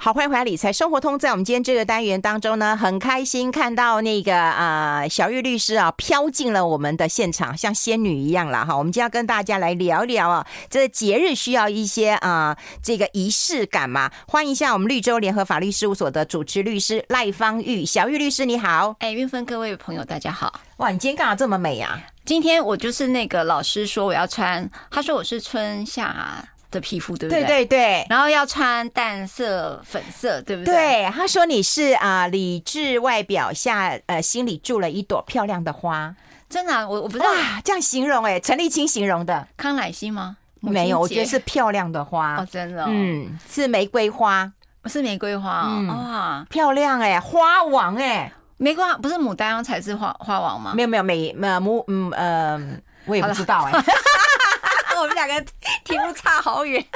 好，欢迎回来理财生活通。在我们今天这个单元当中呢，很开心看到那个小玉律师啊飘进了我们的现场，像仙女一样啦哈。我们今天要跟大家来聊聊啊，这个节日需要一些这个仪式感嘛。欢迎一下我们绿洲联合法律事务所的主持律师赖芳玉，小玉律师你好。 韵芬各位朋友大家好。 哇，你今天干嘛这么美啊？ 今天我就是那个老师说我要穿，他说我是春夏的皮肤，对不对？ 对对对。 然后要穿淡色、粉色，对不对？ 对，他说你是理智外表下，心里住了一朵漂亮的花。 真的我不知道这样形容陈立青形容的。 康乃馨吗？ 没有，我觉得是漂亮的花。 哦，真的是玫瑰花。 是玫瑰花哇， 漂亮花王玫瑰花不是牡丹才是花王吗？ 没有我也不知道我们两个题目差好远。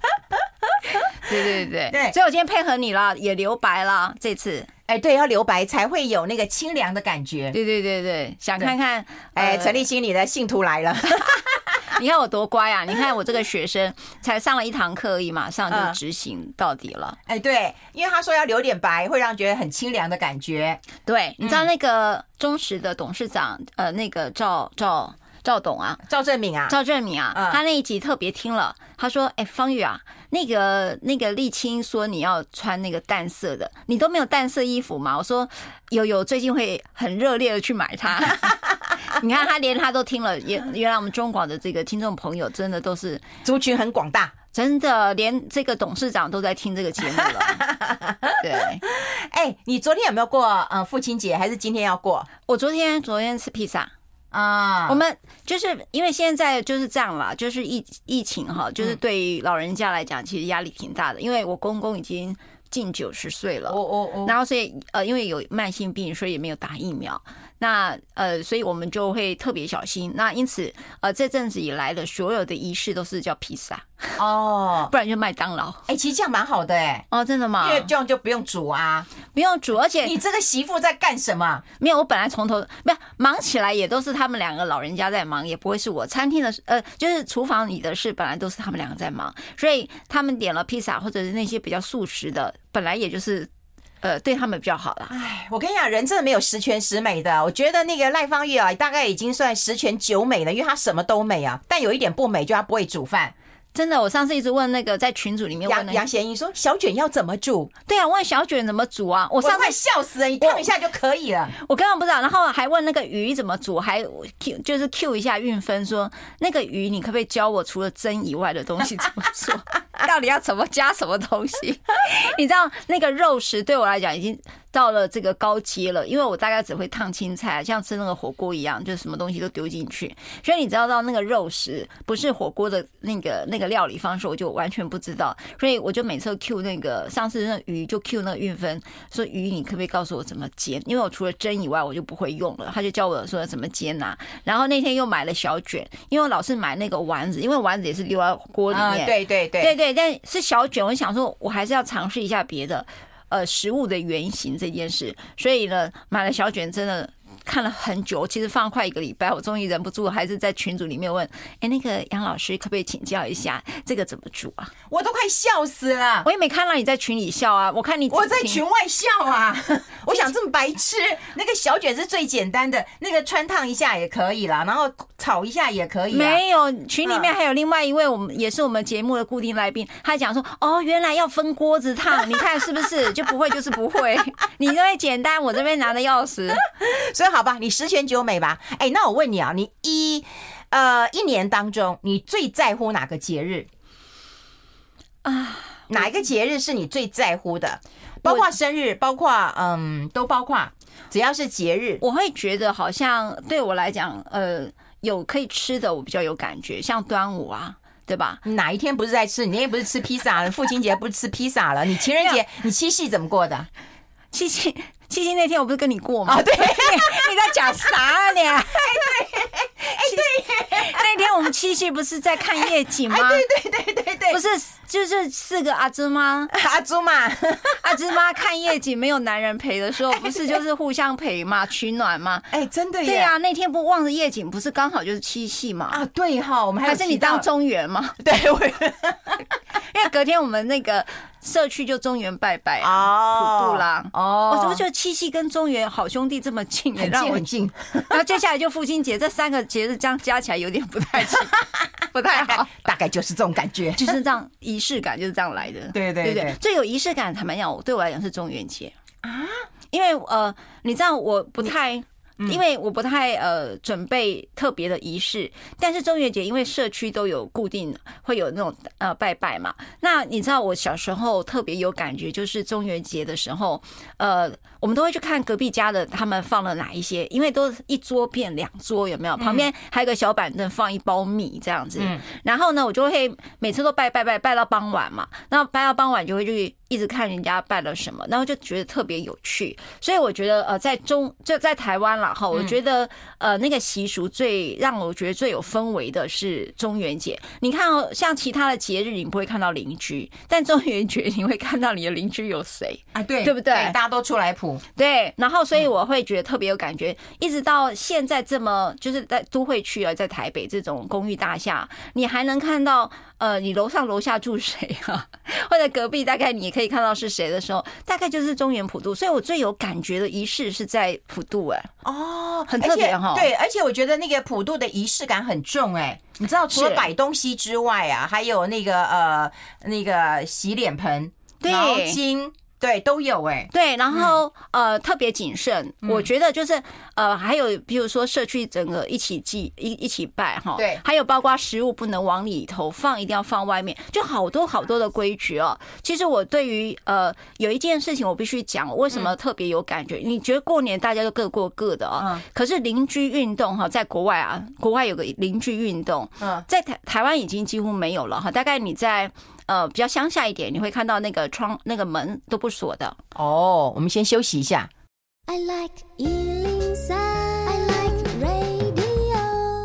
对，所以我今天配合你了，也留白了这次。 对，要留白才会有那个清凉的感觉。 对，想看看陈立青你的信徒来了。 你看我多乖啊！你看我这个学生才上了一堂课而已，马上就执行到底了。 对，因为他说要留点白，会让觉得很清凉的感觉。 对，你知道那个中时的董事长那个赵董啊， 赵正敏啊， 他那一集特别听了，他说：“芳玉啊，那个立青说你要穿那个淡色的，你都没有淡色衣服吗？”我说：“有，最近会很热烈的去买它。”你看他连他都听了，原来我们中广的这个听众朋友真的都是族群很广大， 真的连这个董事长都在听这个节目了。对， 你昨天有没有过父亲节？还是今天要过？ 我昨天吃披萨。我们就是因为现在就是这样啦，就是疫情哈，就是对于老人家来讲，其实压力挺大的。因为我公公已经近90岁了，然后所以因为有慢性病，所以也没有打疫苗。那所以我们就会特别小心。那因此这阵子以来的所有的仪式都是叫披萨不然就麦当劳。 其实这样蛮好的真的吗？ 因为这样就不用煮不用煮，而且你这个媳妇在干什么？ 没有，我本来从头没有忙起来，也都是他们两个老人家在忙，也不会是我。餐厅的就是厨房里的事，本来都是他们两个在忙，所以他们点了披萨或者是那些比较素食的，本来也就是对他们比较好啦。 我跟你讲，人真的没有十全十美的。我觉得那个赖芳玉大概已经算十全九美了，因为他什么都美但有一点不美，就他不会煮饭。 真的，我上次一直问那个在群组里面问杨贤怡说小卷要怎么煮？ 对啊，问小卷怎么煮啊？ 我上次快笑死了，你烫一下就可以了。 我根本不知道，然后还问那个鱼怎么煮，还就是 Q 一下韵芬说那个鱼你可不可以教我除了蒸以外的东西怎么做？到底要怎么加什么东西？你知道那个肉食对我来讲已经到了这个高阶了，因为我大概只会烫青菜，像吃那个火锅一样，就是什么东西都丢进去。所以你知道到那个肉食不是火锅的那个料理方式，我就完全不知道。所以我就每次 Q 那个上次那鱼就 Q 那个韵芬说鱼你可不可以告诉我怎么煎？因为我除了蒸以外我就不会用了，他就教我说怎么煎啊。然后那天又买了小卷，因为我老是买那个丸子，因为丸子也是丢在锅里面。对，但是小卷，我想说我还是要尝试一下别的。食物的原型这件事，所以呢，买了小卷真的看了很久，其实放了快1个礼拜，我终于忍不住，还是在群组里面问，那个杨老师可不可以请教一下这个怎么煮啊？ 我都快笑死了， 我也没看到你在群里笑啊，我看你我在群外笑我想这么白痴，那个小卷是最简单的，那个穿烫一下也可以啦，然后炒一下也可以啦。 没有，群里面还有另外一位也是我们节目的固定来宾，他讲说原来要分锅子烫，你看是不是？就不会就是不会，你这边简单，我这边难的要死。 所以好吧，你十全九美吧。那我问你你一年当中你最在乎哪个节日哪一个节日是你最在乎的？包括生日，包括都包括，只要是节日， 我会觉得好像对我来讲，有可以吃的我比较有感觉，像端午啊，对吧？ 哪一天不是在吃？你那天不是吃披萨了？父亲节不是吃披萨了？你情人节、你七夕怎么过的？ 七夕那天我不是跟你过吗？ 对， 你在讲啥啊你？对，那天我们七夕不是在看夜景吗？对，不是就是4个阿芝妈看夜景，没有男人陪的时候，不是就是互相陪嘛，取暖嘛。 真的耶！ 对啊，那天不望着夜景，不是刚好就是七夕嘛？ 对哈，我们还是你当中原吗？ 对， 因因为隔天我们那个社区就中原拜拜普渡啦。我怎么觉得七夕跟中原好兄弟这么近， 很近很近。 然后接下来就父亲节，这3个节日这样加起来有点不太近，不太好。 大概就是这种感觉， 就是这样仪式感就是这样来的。 对对对， 最有仪式感，坦白讲，对我来讲是中元节啊，因为你知道我不太。因为我不太准备特别的仪式，但是中元节因为社区都有固定会有那种拜拜嘛，那你知道我小时候特别有感觉，就是中元节的时候，我们都会去看隔壁家的他们放了哪一些，因为都一桌变2桌，有没有？旁边还有个小板凳放1包米这样子，然后呢，我就会每次都拜到傍晚嘛，然后拜到傍晚就会去一直看人家拜了什么，然后就觉得特别有趣，所以我觉得在台湾啦哈，我觉得那个习俗让我觉得最有氛围的是中元节。你看哦，像其他的节日你不会看到邻居，但中元节你会看到你的邻居有谁啊？对， 对不对？ 大家都出来谱。 对，然后所以我会觉得特别有感觉，一直到现在这么就是在都会区啊，在台北这种公寓大厦，你还能看到你楼上楼下住谁啊，或者隔壁大概你也可以看到是谁的时候，大概就是中元普渡。所以我最有感觉的仪式是在普渡很特别哈。 对，而且我觉得那个普渡的仪式感很重你知道除了摆东西之外啊，还有那个洗脸盆、毛巾。对，都有对，然后特别谨慎，我觉得就是还有比如说社区整个一起拜哈， 对， 还有包括食物不能往里头放，一定要放外面，就好多的规矩哦。其实我对于有一件事情我必须讲，为什么特别有感觉？你觉得过年大家都各过各的可是邻居运动哈，在国外国外有个邻居运动，在台湾已经几乎没有了哈，大概你在。比较乡下一点，你会看到那个窗、那个门都不锁的。 我们先休息一下。I like 103, I like radio。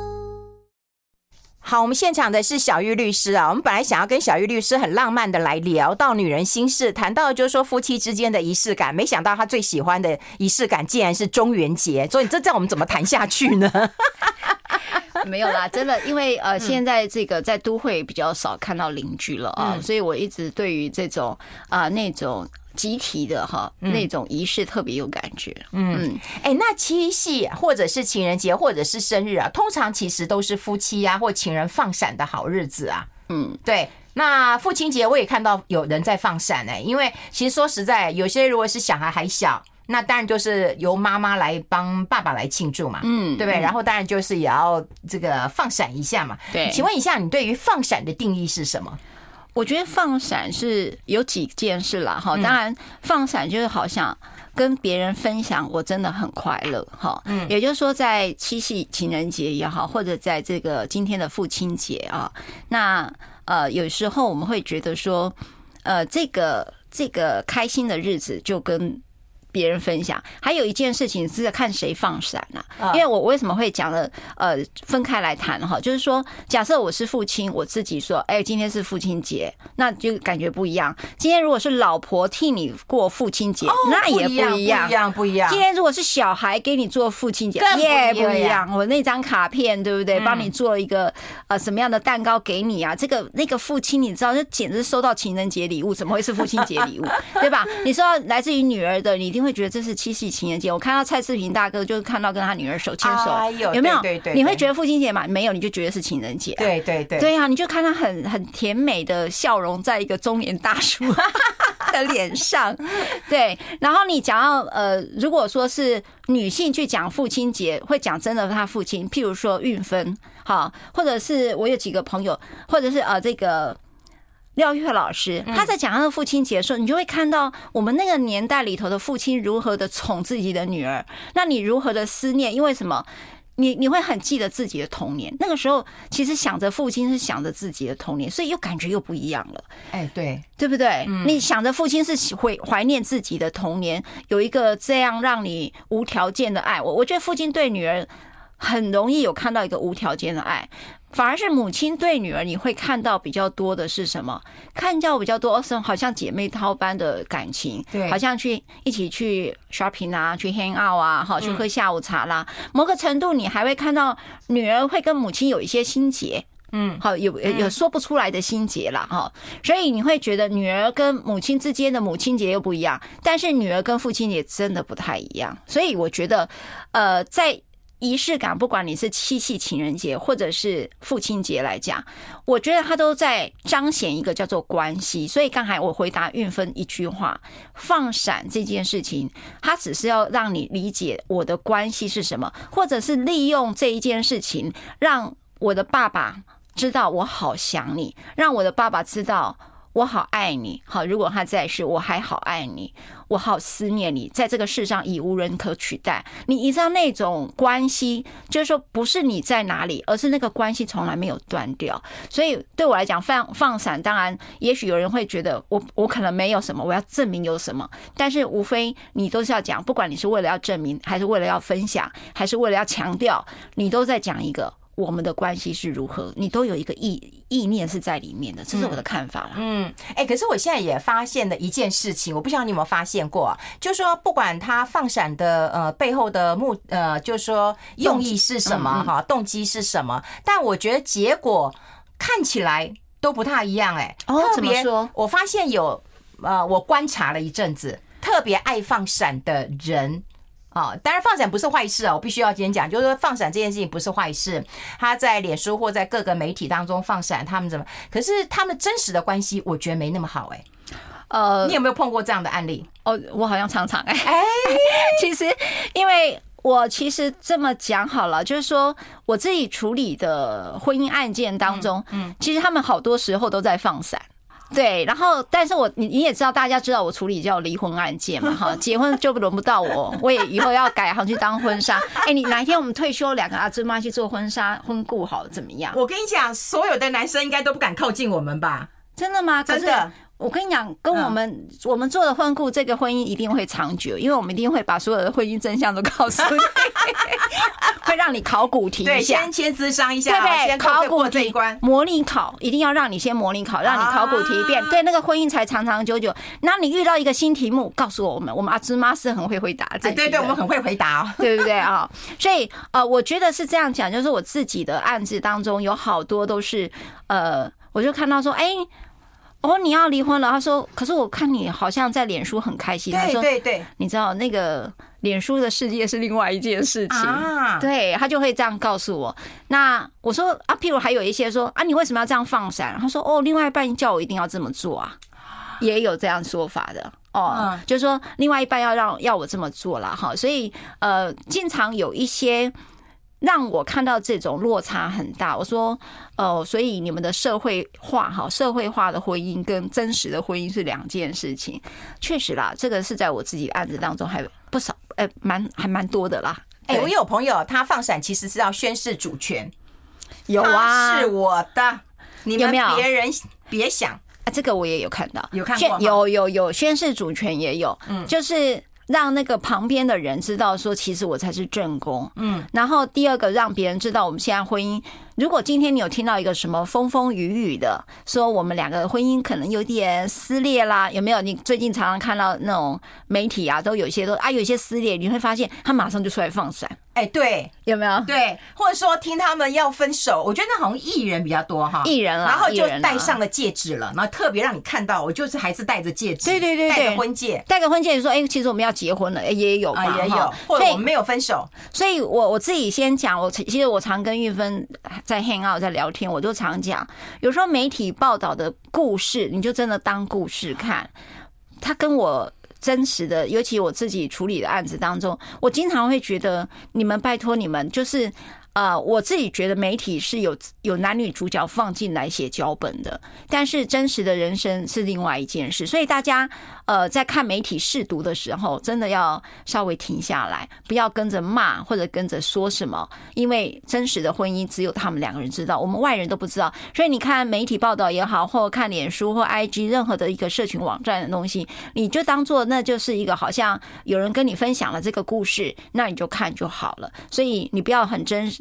好，我们现场的是小玉律师啊。我们本来想要跟小玉律师很浪漫的来聊到女人心事，谈到就是说夫妻之间的仪式感，没想到他最喜欢的仪式感竟然是中元节，所以这叫我们怎么谈下去呢？ 没有啦，真的，因为现在这个在都会比较少看到邻居了所以我一直对于这种那种集体的那种仪式特别有感觉。 那七夕或者是情人节或者是生日啊，通常其实都是夫妻或情人放闪的好日子啊。对。那父亲节我也看到有人在放闪因为其实说实在，有些如果是小孩还小。那当然就是由妈妈来帮爸爸来庆祝嘛，对不对？然后当然就是也要这个放闪一下嘛。 对， 请问一下，你对于放闪的定义是什么？ 我觉得放闪是有几件事啦，当然放闪就是好像跟别人分享我真的很快乐也就是说在七夕情人节也好，或者在这个今天的父亲节那有时候我们会觉得说这个开心的日子就跟别人分享。还有一件事情是在看谁放闪因为我为什么会讲了分开来谈就是说假设我是父亲，我自己说今天是父亲节，那就感觉不一样。今天如果是老婆替你过父亲节那也不一样。今天如果是小孩给你做父亲节也不一样。我那张卡片对不对，帮你做一个什么样的蛋糕给你这个那个父亲你知道，就简直收到情人节礼物，怎么会是父亲节礼物对吧？你说来自于女儿的，你一定会觉得这是七夕情人节。我看到蔡世平大哥就是看到跟他女儿手牵手有没有？ 对对， 你会觉得父亲节嘛？没有，你就觉得是情人节对对对对你就看他很甜美的笑容在一个中年大叔的脸上。对，然后你讲到如果说是女性去讲父亲节，会讲真的他父亲，譬如说运芬或者是我有几个朋友，或者是这个廖玉慧老师，他在讲他的父亲节的时候，你就会看到我们那个年代里头的父亲如何的宠自己的女儿，那你如何的思念？因为什么？你会很记得自己的童年，那个时候其实想着父亲是想着自己的童年，所以又感觉又不一样了。对不对？你想着父亲是会怀念自己的童年，有一个这样让你无条件的爱。我觉得父亲对女儿很容易有看到一个无条件的爱，反而是母亲对女儿，你会看到比较多的是什么？看到比较多好像姐妹淘般的感情， 对， 好像一起去 shopping 去 hang out 去喝下午茶啦。某个程度，你还会看到女儿会跟母亲有一些心结。 好，有说不出来的心结啦，哈，所以你会觉得女儿跟母亲之间的母亲节又不一样，但是女儿跟父亲节真的不太一样，所以我觉得，在仪式感，不管你是七夕情人节或者是父亲节来讲，我觉得它都在彰显一个叫做关系。所以刚才我回答运芬一句话，放闪这件事情，它只是要让你理解我的关系是什么，或者是利用这一件事情，让我的爸爸知道我好想你，让我的爸爸知道我好爱你。好，如果他在世，我还好爱你，我好思念你，在这个世上已无人可取代你。知道那种关系，就是说不是你在哪里，而是那个关系从来没有断掉。所以对我来讲，放闪，当然也许有人会觉得我可能没有什么，我要证明有什么，但是无非你都是要讲，不管你是为了要证明，还是为了要分享，还是为了要强调，你都在讲一个我们的关系是如何，你都有一个意念是在里面的，这是我的看法啦。 可是我现在也发现了一件事情，我不知道你有没有发现过，就是说不管他放闪的背后的就是说用意是什么哈，动机是什么，但我觉得结果看起来都不太一样怎么说？ 我发现有我观察了一阵子，特别爱放闪的人。当然放闪不是坏事我必须要今天讲，就是说放闪这件事情不是坏事。他在脸书或在各个媒体当中放闪，他们怎么？可是他们真实的关系，我觉得没那么好你有没有碰过这样的案例？ 我好像常常其实因为我其实这么讲好了，就是说我自己处理的婚姻案件当中，其实他们好多时候都在放闪。对，然后但是你也知道，大家知道我处理叫离婚案件嘛，哈，结婚就轮不到我，我也以后要改行去当婚纱。你哪一天我们退休，两个阿芝妈去做婚纱婚顾好怎么样？ 我跟你讲，所有的男生应该都不敢靠近我们吧？ 真的吗？ 真的。 我跟你讲，跟我们做的婚顾，这个婚姻一定会长久，因为我们一定会把所有的婚姻真相都告诉你，会让你考古题一下， 先咨商一下， 对不对？ 先考古这一关， 模拟考一定要让你先模拟考，让你考古题一遍，对，那个婚姻才长长久久。那你遇到一个新题目，告诉我们阿芝妈是很会回答这对，我们很会回答对不对啊？所以我觉得是这样讲，就是我自己的案子当中有好多都是我就看到说，你要离婚了？他说，可是我看你好像在脸书很开心。他说， 对， 你知道那个脸书的世界是另外一件事情对，他就会这样告诉我。那我说譬如还有一些说你为什么要这样放闪？他说另外一半叫我一定要这么做也有这样说法的就是说另外一半要我这么做啦哈。所以经常有一些让我看到这种落差很大。我说所以你们的社会化的婚姻跟真实的婚姻是两件事情。确实啦，这个是在我自己的案子当中还不少还蛮多的啦。 我有朋友他放闪其实是要宣示主权， 有啊， 是我的，你们别人别想这个我也有看到， 有看过， 有宣示主权也有，就是让那个旁边的人知道说，其实我才是正宫。然后第二个让别人知道我们现在婚姻，如果今天你有听到一个什么风风雨雨的，说我们两个婚姻可能有点撕裂啦，有没有？你最近常常看到那种媒体都有一些有一些撕裂，你会发现他马上就出来放闪。 对， 有没有？ 对，或者说听他们要分手，我觉得那好像艺人比较多艺人啦， 然后就戴上了戒指了，然后特别让你看到，我就是还是戴着戒指， 对， 戴个婚戒， 说其实我们要结婚了，也有吧， 也有，或者我们没有分手。 所以我自己先讲，其实我常跟玉芬在 hang out 在聊天，我就常讲，有时候媒体报道的故事，你就真的当故事看，他跟我真实的，尤其我自己处理的案子当中，我经常会觉得，你们拜托你们，就是我自己觉得媒体是有男女主角放进来写脚本的，但是真实的人生是另外一件事。所以大家在看媒体试读的时候，真的要稍微停下来，不要跟着骂或者跟着说什么，因为真实的婚姻只有他们两个人知道，我们外人都不知道。所以你看媒体报道也好，或看脸书或 IG 任何的一个社群网站的东西，你就当做那就是一个好像有人跟你分享了这个故事，那你就看就好了。所以你不要很真实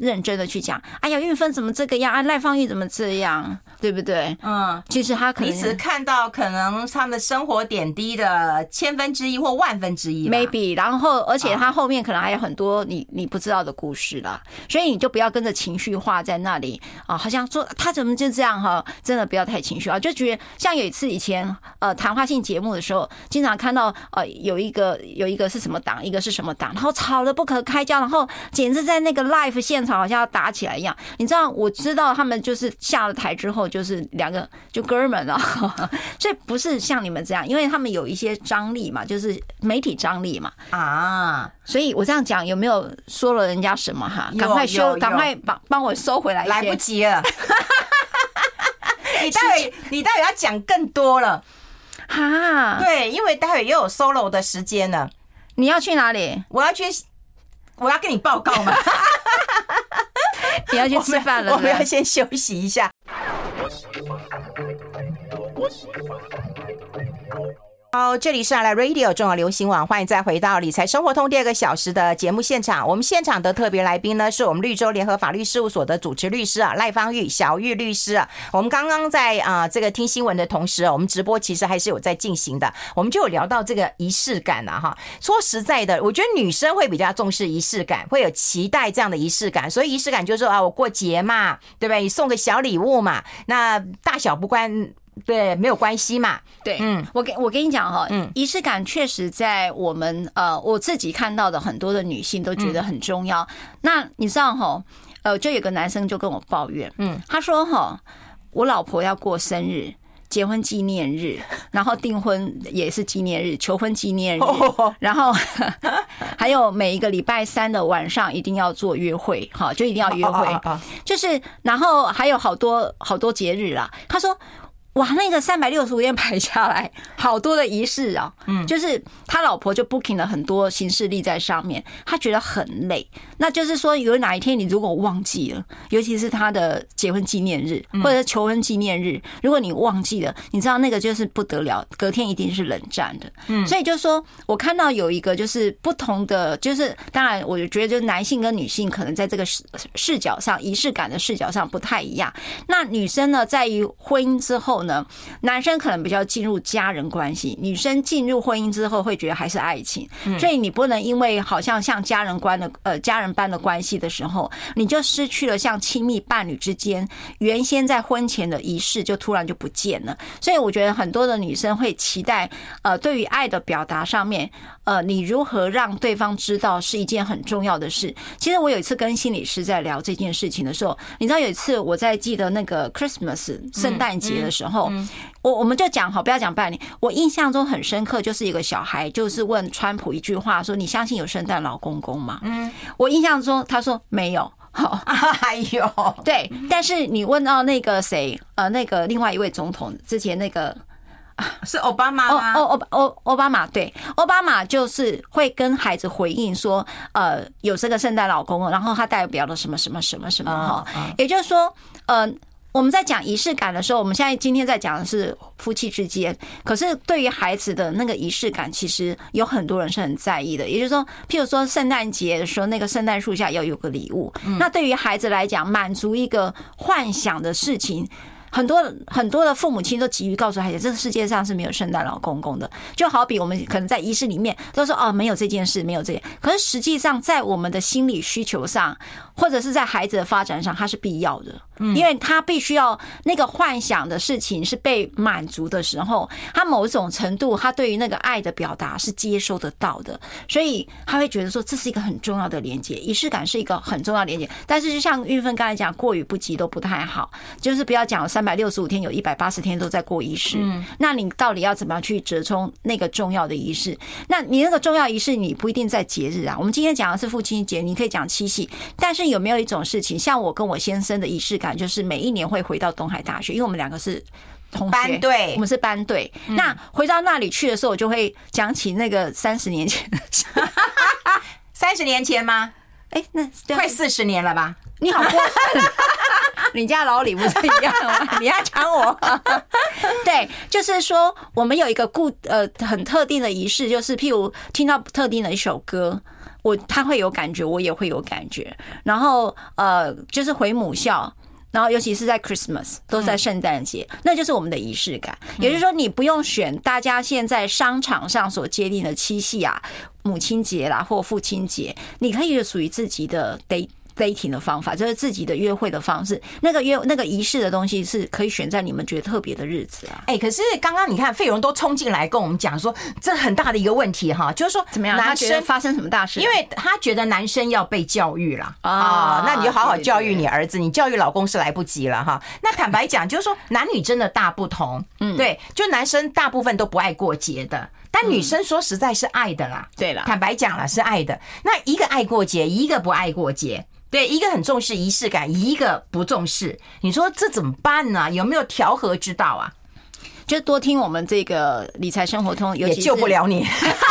认真的去讲，哎呀，运芬怎么这个样啊，赖芳玉怎么这样，对不对？其实他可能你只看到可能他们的生活点滴的1/1000或1/1000 maybe， 然后而且他后面可能还有很多你不知道的故事啦，所以你就不要跟着情绪化在那里啊，好像说他怎么就这样哈，真的不要太情绪化，就觉得像有一次以前谈话性节目的时候，经常看到有一个是什么党，一个是什么党，然后吵得不可开交，然后简直在那个 live 现场好像要打起来一样。你知道，我知道他们就是下了台之后就是两个就哥们啊，所以不是像你们这样，因为他们有一些张力嘛，就是媒体张力嘛啊。所以我这样讲有没有说了人家什么哈？赶快赶快帮我收回来一些， 来不及了。你待会要讲更多了哈？对，因为待会又有 solo 的时间了。 你要去哪里？ 我要跟你报告嘛。 你要去吃饭了， 我们要先休息一下。好，这里是来 Radio 中央流行网，欢迎再回到理财生活通第2个小时的节目现场。我们现场的特别来宾呢，是我们绿洲联合法律事务所的主持律师赖芳玉小玉律师我们刚刚在这个听新闻的同时我们直播其实还是有在进行的，我们就有聊到这个仪式感哈。说实在的，我觉得女生会比较重视仪式感，会有期待这样的仪式感，所以仪式感就是说我过节嘛，对不对？你送个小礼物嘛，那大小不关。对，没有关系嘛。 对，我跟你讲哈，仪式感确实在我们我自己看到的很多的女性都觉得很重要。那你知道哈，就有个男生就跟我抱怨，他说哈，我老婆要过生日。结婚纪念日，然后订婚也是纪念日，求婚纪念日，然后还有每一个礼拜3的晚上一定要做约会，好，就一定要约会，就是然后还有好多节日啦。他说。哇，那个365天排下来，好多的仪式啊！就是他老婆就 booking 了很多行事历在上面，他觉得很累。那就是说，有哪一天你如果忘记了，尤其是他的结婚纪念日或者求婚纪念日，如果你忘记了，你知道那个就是不得了，隔天一定是冷战的。所以就说我看到有一个就是不同的，就是当然我觉得就是男性跟女性可能在这个视角上，仪式感的视角上不太一样。那女生呢，在于婚姻之后。男生可能比较进入家人关系，女生进入婚姻之后会觉得还是爱情，所以你不能因为好像家人般的关系的时候，你就失去了像亲密伴侣之间原先在婚前的仪式就突然就不见了。所以我觉得很多的女生会期待对于爱的表达上面你如何让对方知道是一件很重要的事。其实我有一次跟心理师在聊这件事情的时候，你知道有一次我在记得那个 Christmas 圣诞节的时候，我们就讲好，不要讲拜年。我印象中很深刻，就是一个小孩就是问川普一句话，说：“你相信有圣诞老公公吗？”我印象中他说没有。好， 哎呦， 对。但是你问到那个谁，那个另外一位总统之前那个。 是奥巴马吗？ 奥巴马，对，奥巴马就是会跟孩子回应说，有这个圣诞老公公，然后他代表了什么什么什么什么哈，也就是说，我们在讲仪式感的时候，我们现在今天在讲的是夫妻之间，可是对于孩子的那个仪式感，其实有很多人是很在意的。也就是说，譬如说圣诞节的时候，那个圣诞树下要有个礼物，那对于孩子来讲，满足一个幻想的事情。很多的父母亲都急于告诉孩子，这个世界上是没有圣诞老公公的。就好比我们可能在仪式里面都说没有这件事，没有这件，可是实际上在我们的心理需求上，或者是在孩子的发展上，它是必要的。因为他必须要那个幻想的事情是被满足的时候，他某种程度他对于那个爱的表达是接收得到的，所以他会觉得说这是一个很重要的连结，仪式感是一个很重要的连结。但是就像运芬刚才讲，过与不及都不太好，就是不要讲365天有180天都在过仪式，那你到底要怎么样去折冲那个重要的仪式？那你那个重要仪式你不一定在节日啊，我们今天讲的是父亲节，你可以讲七夕，但是有没有一种事情，像我跟我先生的仪式感，就是每一年会回到东海大学，因为我们两个是同学班队， 我们是班队。那回到那里去的时候，我就会讲起那个30年前的事。 30年前吗？ 那快40年了吧？ 你好过分！ 你家老李不是一样吗？你要抢我？对，就是说我们有一个很特定的仪式，就是譬如听到特定的一首歌。他会有感觉，我也会有感觉。然后就是回母校，然后尤其是在 Christmas， 都在圣诞节，那就是我们的仪式感。也就是说，你不用选大家现在商场上所界定的七夕啊、母亲节啦或父亲节，你可以有属于自己的 dating 的方法，就是自己的约会的方式。那个仪式的东西是可以选在你们觉得特别的日子啊。 可是刚刚你看费荣都冲进来跟我们讲说，这很大的一个问题哈，就是说怎么样？他觉得发生什么大事？ 因为他觉得男生要被教育啦那你就好好教育你儿子，你教育老公是来不及了哈。那坦白讲，就是说男女真的大不同，对，就男生大部分都不爱过节的。但女生说实在是爱的啦， 对啦， 坦白讲啦是爱的。那一个爱过节，一个不爱过节。对，一个很重视仪式感，一个不重视，你说这怎么办呢？有没有调和之道啊？ 就多听我们这个理财生活通， 也救不了你。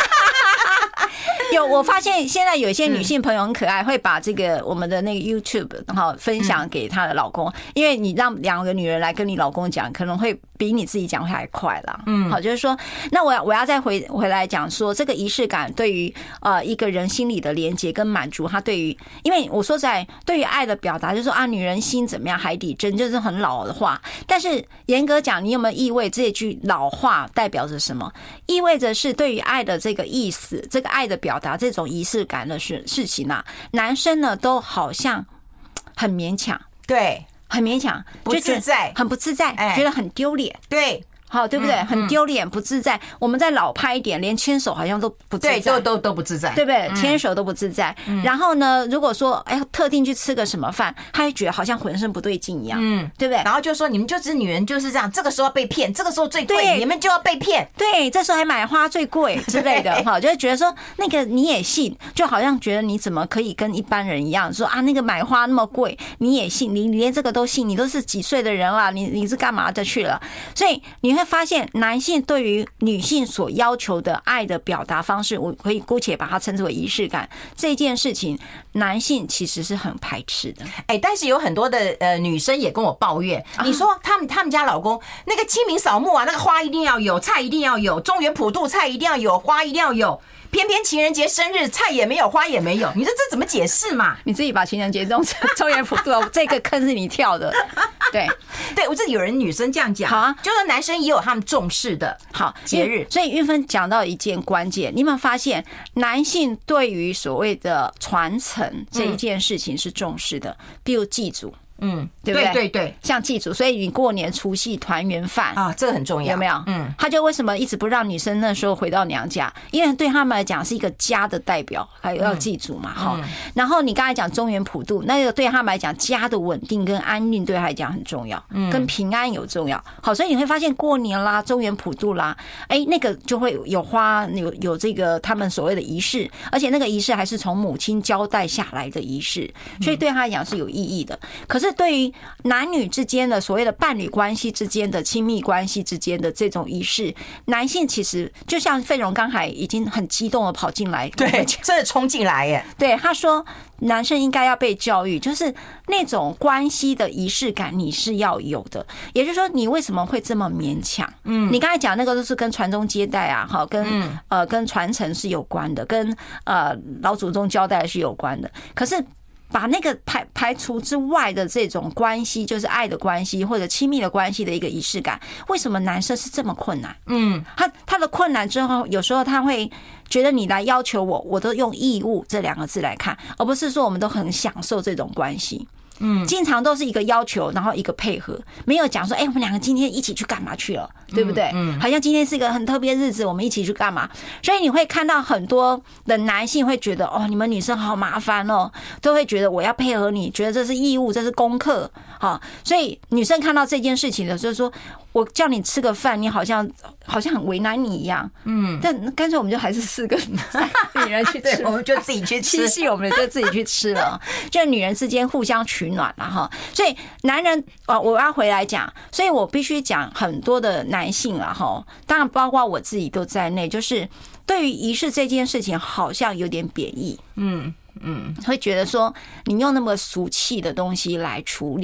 我发现现在有一些女性朋友很可爱，会把这个我们的那个 YouTube 然后分享给她的老公，因为你让2个女人来跟你老公讲，可能会比你自己讲会还快啦。好，就是说，那我要再回来讲说，这个仪式感对于一个人心理的连结跟满足，他对于，因为我说实在，对于爱的表达，就是说啊，女人心怎么样，海底针，就是很老的话。但是严格讲，你有没有意味这句老话代表着什么？意味着是对于爱的这个意思，这个爱的表达，这种仪式感的事情啊，男生呢都好像很勉强， 对， 很勉强， 不自在， 很不自在，觉得很丢脸， 对。 好，对不对？很丢脸，不自在。我们再老派一点，连牵手好像都不自在， 对，都不自在， 对不对？牵手都不自在。然后呢，如果说特定去吃个什么饭，他会觉得好像浑身不对劲一样，对不对？ 然后就说你们就是女人就是这样，这个时候被骗，这个时候最贵，你们就要被骗， 对，这时候还买花最贵之类的，哈，就会觉得说那个你也信，就好像觉得你怎么可以跟一般人一样说啊，那个买花那么贵，你也信，你连这个都信，你都是几岁的人了，你是干嘛的去了？所以你会发现，男性对于女性所要求的爱的表达方式，我可以姑且把它称之为仪式感这件事情，男性其实是很排斥的。 但是有很多的女生也跟我抱怨，你说他们家老公那个清明扫墓啊，那个花一定要有，菜一定要有，中元普渡菜一定要有，花一定要有。偏偏情人节生日菜也没有，花也没有，你说这怎么解释嘛？ 你自己把情人节中元普渡这个坑是你跳的，对， 我这有人女生这样讲，好啊，就是男生也有他们重视的好节日。 所以韵芬讲到一件关键，你有没有发现男性对于所谓的传承这一件事情是重视的，比如祭祖。对不对？ 对， 像祭祖，所以你过年除夕团圆饭啊，这个很重要， 有没有？他就为什么一直不让女生那时候回到娘家？因为对他们来讲是一个家的代表，还要祭祖嘛，哈。然后你刚才讲中元普渡，那个对他们来讲，家的稳定跟安定对他来讲很重要，跟平安有重要。好，所以你会发现过年啦、中元普渡啦，那个就会有花，有这个他们所谓的仪式，而且那个仪式还是从母亲交代下来的仪式，所以对他来讲是有意义的。可是对于男女之间的所谓的伴侣关系之间的亲密关系之间的这种仪式，男性其实就像费荣刚才已经很激动的跑进来， 对，真的冲进来耶。 对，他说男生应该要被教育，就是那种关系的仪式感你是要有的。也就是说，你为什么会这么勉强？你刚才讲那个都是跟传宗接代啊，跟传承是有关的，跟老祖宗交代是有关的。可是把那个排除之外的这种关系，就是爱的关系或者亲密的关系的一个仪式感，为什么男生是这么困难？他的困难之后，有时候他会觉得你来要求我都用义务这2个字来看，而不是说我们都很享受这种关系。经常都是一个要求，然后一个配合，没有讲说，我们2个今天一起去干嘛去了，对不对？好像今天是一个很特别日子，我们一起去干嘛？所以你会看到很多的男性会觉得，你们女生好麻烦哦，都会觉得我要配合你，觉得这是义务，这是功课。好，所以女生看到这件事情的时候说，我叫你吃个饭，你好像很为难你一样。但干脆我们就还是4个女人去吃， 我们就自己去吃， 七夕我们就自己去吃了，就女人之间互相取暖了哈。所以男人我要回来讲，所以我必须讲很多的男性啊哈，当然包括我自己都在内，就是对于仪式这件事情好像有点贬义。会觉得说你用那么俗气的东西来处理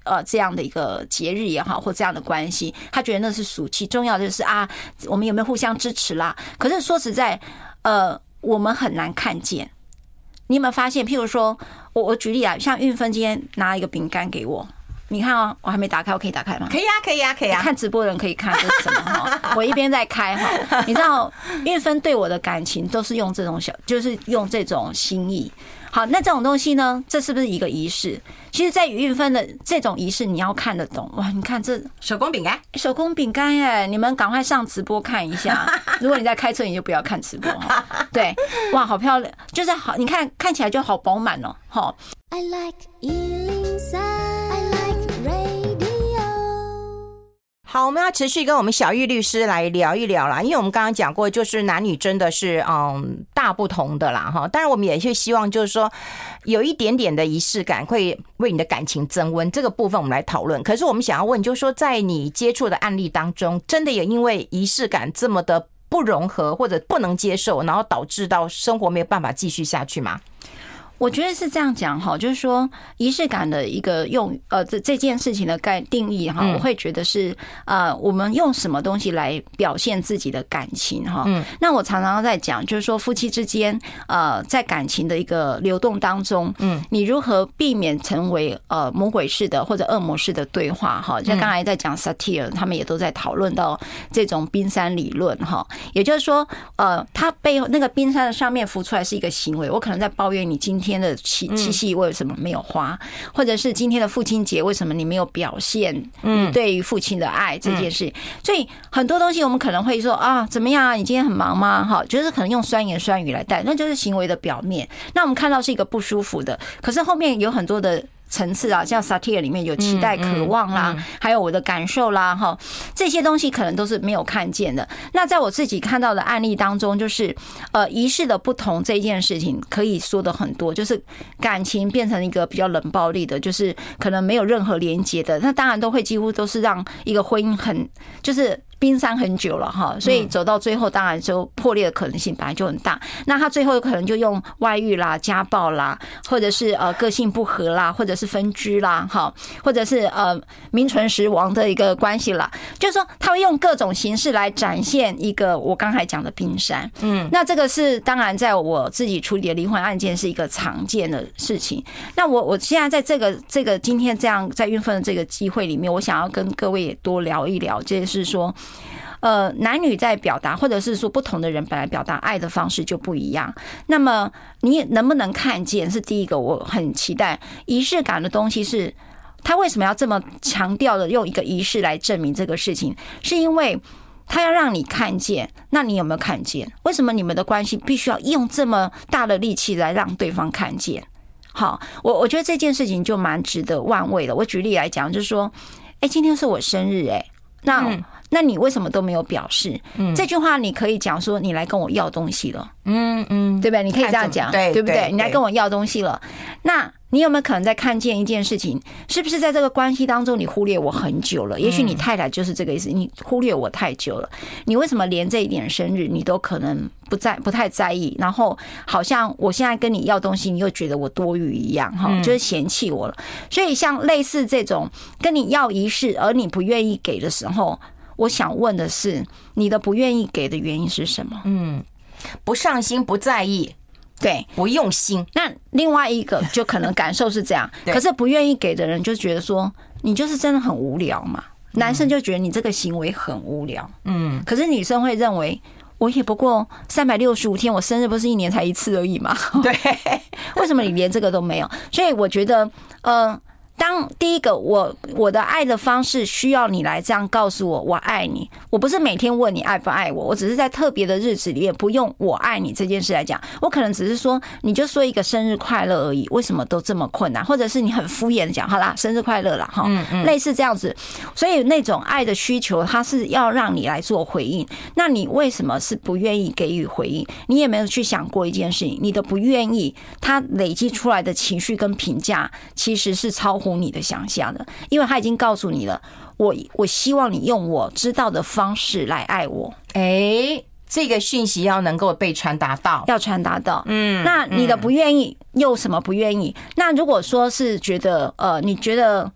这样的一个节日也好，或这样的关系，他觉得那是俗气。重要的就是啊，我们有没有互相支持啦？可是说实在，我们很难看见。你有没有发现？譬如说，我举例啊，像运芬今天拿一个饼干给我。你看哦，我还没打开，我可以打开吗？ 可以啊，可以啊，可以啊。 看直播的人可以看这是什么哈？我一边在开哈，你知道运芬对我的感情都是用这种就是用这种心意。好，那这种东西呢，这是不是一个仪式？其实，在运芬的这种仪式，你要看得懂哇！你看这手工饼干， 手工饼干耶！你们赶快上直播看一下。如果你在开车，你就不要看直播哈。对，哇，好漂亮，就是好，你看起来就好饱满哦，哈。I like 好，我们要持续跟我们小玉律师来聊一聊啦，因为我们刚刚讲过，就是男女真的是大不同的啦哈。当然，我们也是希望就是说有一点点的仪式感，会为你的感情增温。这个部分我们来讨论。可是我们想要问，就是说在你接触的案例当中，真的也因为仪式感这么的不融合或者不能接受，然后导致到生活没有办法继续下去吗？ 我觉得是这样讲哈，就是说仪式感的一个这件事情的定义哈，我会觉得是我们用什么东西来表现自己的感情哈。那我常常在讲，就是说夫妻之间在感情的一个流动当中，你如何避免成为魔鬼式的或者恶魔式的对话哈？像刚才在讲萨提尔，他们也都在讨论到这种冰山理论哈，也就是说它背后那个冰山的上面浮出来是一个行为，我可能在抱怨你今天的七夕为什么没有花，或者是今天的父亲节为什么你没有表现你对于父亲的爱这件事。所以很多东西我们可能会说啊，怎么样啊，你今天很忙吗？哈，就是可能用酸言酸语来带，那就是行为的表面。那我们看到是一个不舒服的，可是后面有很多的层次啊，像萨提尔里面有期待、渴望啦，还有我的感受啦，哈，这些东西可能都是没有看见的。那在我自己看到的案例当中，就是仪式的不同这件事情可以说的很多，就是感情变成一个比较冷暴力的，就是可能没有任何连结的，那当然都会几乎都是让一个婚姻很就是冰山很久了哈，所以走到最后，当然就破裂的可能性本来就很大。那他最后可能就用外遇啦、家暴啦，或者是个性不合啦，或者是分居啦，哈，或者是名存实亡的一个关系啦。就是说，他会用各种形式来展现一个我刚才讲的冰山。那这个是当然在我自己处理的离婚案件是一个常见的事情。那我现在在这个今天这样在运分的这个机会里面，我想要跟各位也多聊一聊，就是说。男女在表达，或者是说不同的人本来表达爱的方式就不一样。那么你能不能看见？是第一个，我很期待仪式感的东西是，他为什么要这么强调的用一个仪式来证明这个事情？是因为他要让你看见。那你有没有看见？为什么你们的关系必须要用这么大的力气来让对方看见？好，我觉得这件事情就蛮值得玩味的。我举例来讲，就是说，今天是我生日，那你为什么都没有表示？这句话你可以讲说，你来跟我要东西了，对不对？你可以这样讲，对不对？你来跟我要东西了，那你有没有可能在看见一件事情？是不是在这个关系当中，你忽略我很久了？也许你太太就是这个意思，你忽略我太久了。你为什么连这一点生日你都可能不太在意？然后好像我现在跟你要东西，你又觉得我多余一样，就是嫌弃我了。所以像类似这种跟你要仪式，而你不愿意给的时候。我想问的是，你的不愿意给的原因是什么？ 不上心，不在意， 对， 不用心。 那另外一个就可能感受是这样，可是不愿意给的人就觉得说，你就是真的很无聊嘛。男生就觉得你这个行为很无聊，可是女生会认为，我也不过365天，我生日不是1年才1次而已嘛？ 对， 为什么你连这个都没有？所以我觉得，当第一个我的爱的方式需要你来这样告诉我爱你，我不是每天问你爱不爱我，我只是在特别的日子里面不用我爱你这件事来讲，我可能只是说你就说一个生日快乐而已，为什么都这么困难？或者是你很敷衍的讲好啦生日快乐啦哈，类似这样子。所以那种爱的需求它是要让你来做回应，那你为什么是不愿意给予回应？你也没有去想过一件事情，你的不愿意它累积出来的情绪跟评价其实是超乎你的想象的，因为他已经告诉你了，我希望你用我知道的方式来爱我。 这个讯息要能够被传达到， 要传达到。那你的不愿意又什么不愿意？那如果说是觉得你觉得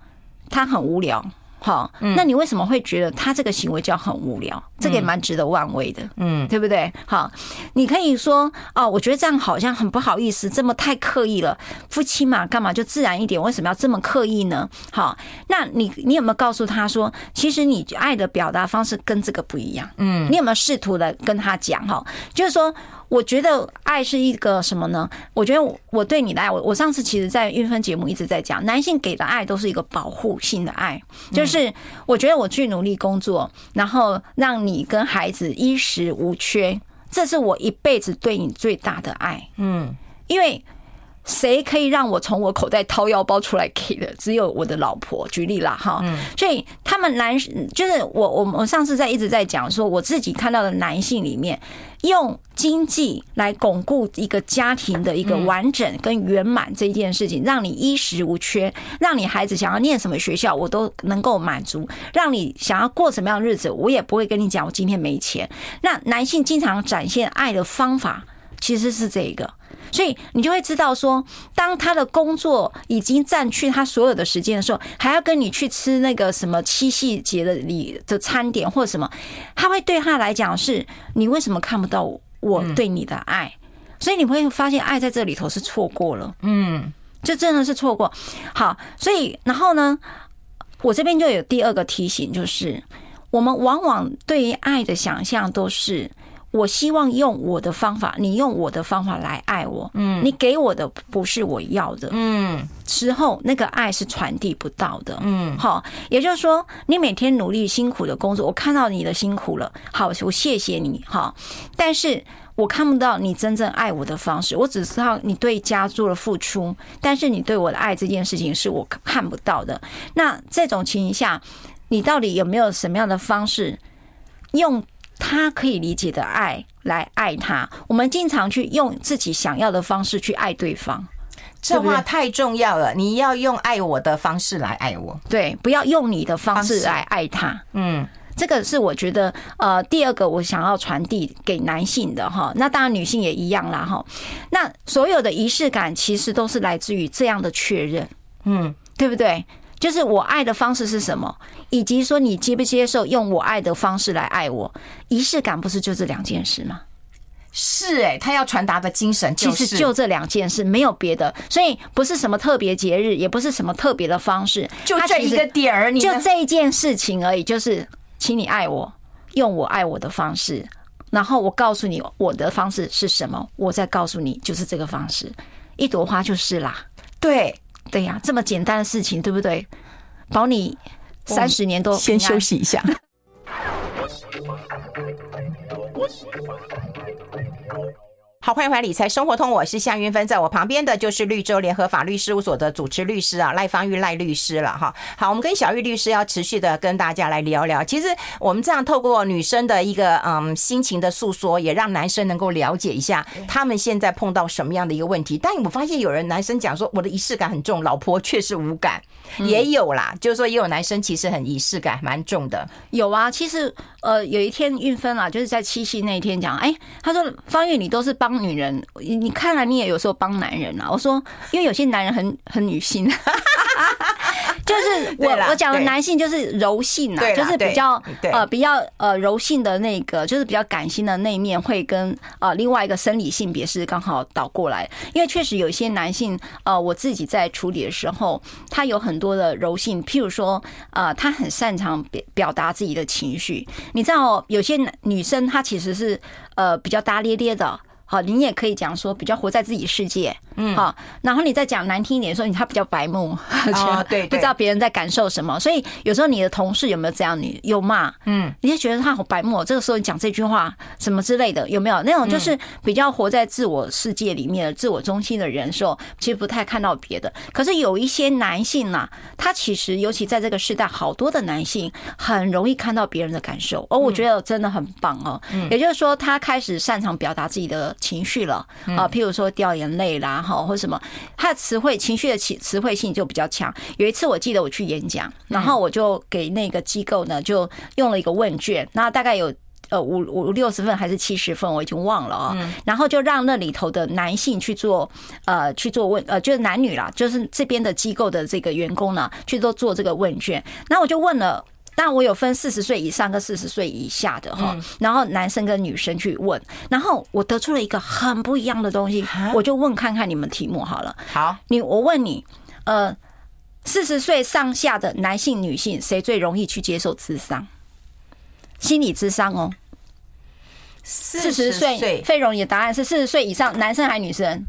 他很无聊。好，那你为什么会觉得他这个行为叫很无聊？这个也蛮值得玩味的，对不对？好，你可以说哦，我觉得这样好像很不好意思，这么太刻意了。夫妻嘛，干嘛就自然一点？为什么要这么刻意呢？好，那你有没有告诉他说，其实你爱的表达方式跟这个不一样？你有没有试图的跟他讲？哈，就是说。我觉得爱是一个什么呢？我觉得我对你的爱，我上次其实在运分节目一直在讲，男性给的爱都是一个保护性的爱，就是我觉得我去努力工作，然后让你跟孩子衣食无缺，这是我一辈子对你最大的爱。因为谁可以让我从我口袋掏腰包出来给的？只有我的老婆。举例啦，哈，所以他们就是我上次一直在讲说，我自己看到的男性里面，用经济来巩固一个家庭的一个完整跟圆满这一件事情，让你衣食无缺，让你孩子想要念什么学校我都能够满足，让你想要过什么样的日子，我也不会跟你讲我今天没钱。那男性经常展现爱的方法其实是这个。所以你就会知道说，当他的工作已经占据他所有的时间的时候，还要跟你去吃那个什么七夕节的餐点或什么，他会对他来讲是你为什么看不到我对你的爱？所以你会发现爱在这里头是错过了，就真的是错过。好，所以然后呢，我这边就有第二个提醒，就是我们往往对于爱的想象都是。我希望用我的方法，你用我的方法来爱我。你给我的不是我要的。之后那个爱是传递不到的。好，也就是说，你每天努力辛苦的工作，我看到你的辛苦了，好，我谢谢你。好，但是我看不到你真正爱我的方式，我只知道你对家做了付出，但是你对我的爱这件事情是我看不到的。那这种情形下，你到底有没有什么样的方式用？他可以理解的爱来爱他，我们经常去用自己想要的方式去爱对方， 这话太重要了。你要用爱我的方式来爱我， 对，不要用你的方式来爱他。这个是我觉得第二个我想要传递给男性的哈，那当然女性也一样啦哈。那所有的仪式感其实都是来自于这样的确认，对不对？就是我爱的方式是什么，以及说你接不接受用我爱的方式来爱我，仪式感不是就这两件事吗？ 是他要传达的精神就是其实就这两件事，没有别的，所以不是什么特别节日，也不是什么特别的方式， 就这一个点儿， 就这一件事情而已，就是请你爱我，用我爱我的方式，然后我告诉你我的方式是什么，我再告诉你就是这个方式，一朵花就是啦，对呀，这么简单的事情，对不对？保你30年都先休息一下。好，欢迎回来理财生活通，我是夏云芬，在我旁边的就是绿洲联合法律事务所的主持律师赖芳玉赖律师了哈。好，我们跟小玉律师要持续的跟大家来聊聊，其实我们这样透过女生的一个心情的诉说，也让男生能够了解一下他们现在碰到什么样的一个问题。但我发现有人男生讲说我的仪式感很重，老婆确实无感，也有啦，就是说也有男生其实很仪式感蛮重的。 有啊，其实有一天运芬啊，就是在七夕那一天讲，他说芳玉你都是帮女人，你看来你也有时候帮男人啊。我说因为有些男人很女性就是我讲的男性就是柔性啊，就是比较柔性的那个，就是比较感性的那一面会跟另外一个生理性别是刚好倒过来。因为确实有一些男性我自己在处理的时候，他有很多的柔性，譬如说他很擅长表达自己的情绪。你知道有些女生她其实是比较大咧咧的。好，你也可以讲说比较活在自己世界，好，然后你再讲难听一点说他比较白目， 对， 不知道别人在感受什么。所以有时候你的同事有没有这样，你有骂，你就觉得他好白目，这个时候你讲这句话什么之类的，有没有那种就是比较活在自我世界里面的自我中心的人时候，其实不太看到别的。可是有一些男性啊，他其实尤其在这个时代，好多的男性很容易看到别人的感受，我觉得真的很棒哦。也就是说，他开始擅长表达自己的情绪了譬如说掉眼泪啦，或什么，他的情绪的词汇性就比较强。有一次我记得我去演讲，然后我就给那个机构呢就用了一个问卷，那大概有 50-60份还是70份，我已经忘了啊。然后就让那里头的男性去做就是男女啦，就是这边的机构的这个员工呢，去做这个问卷。那我就问了。当然，我有分40岁以上跟40岁以下的哈，然后男生跟女生去问，然后我得出了一个很不一样的东西，我就问看看你们题目好了。 好， 我问你，40岁上下的男性、女性，谁最容易去接受咨商？心理咨商哦。40岁，费荣，你的答案是40岁以上，男生还是女生？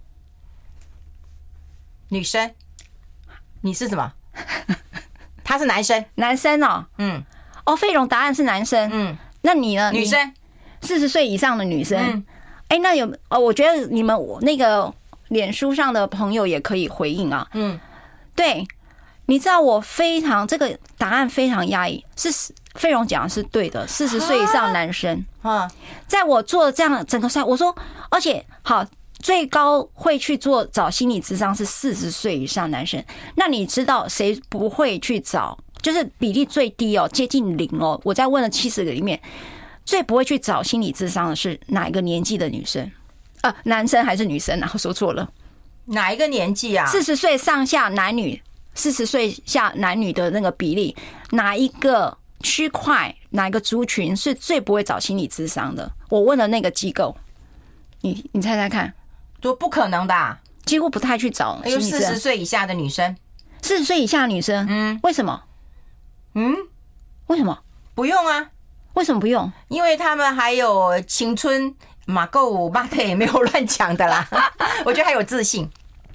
女生。你是什么？他是男生， 男生哦，费荣答案是男生，那你呢？ 女生 ，40岁以上的女生，那我觉得你们那个脸书上的朋友也可以回应啊，对，你知道我这个答案非常压抑，是费荣讲的是对的，40岁以上男生，在我做这样整个赛，我说，而且好。最高会去找心理咨商是40岁以上男生，那你知道谁不会去找？就是比例最低哦，接近0哦。我在问了70个里面，最不会去找心理咨商的是哪一个年纪的女生？男生还是女生啊？我说错了， 哪一个年纪啊 ？40岁上下男女，40岁下男女的那个比例，哪一个区块、哪一个族群是最不会找心理咨商的？我问了那个机构，你猜猜看。 多不可能的， 几乎不太去找心理咨商。 40岁以下的女生 ，40岁以下的女生，为什么？为什么不用啊？ 为什么不用？ 因为他们还有青春，马够五八的也没有乱讲的啦。我觉得还有自信。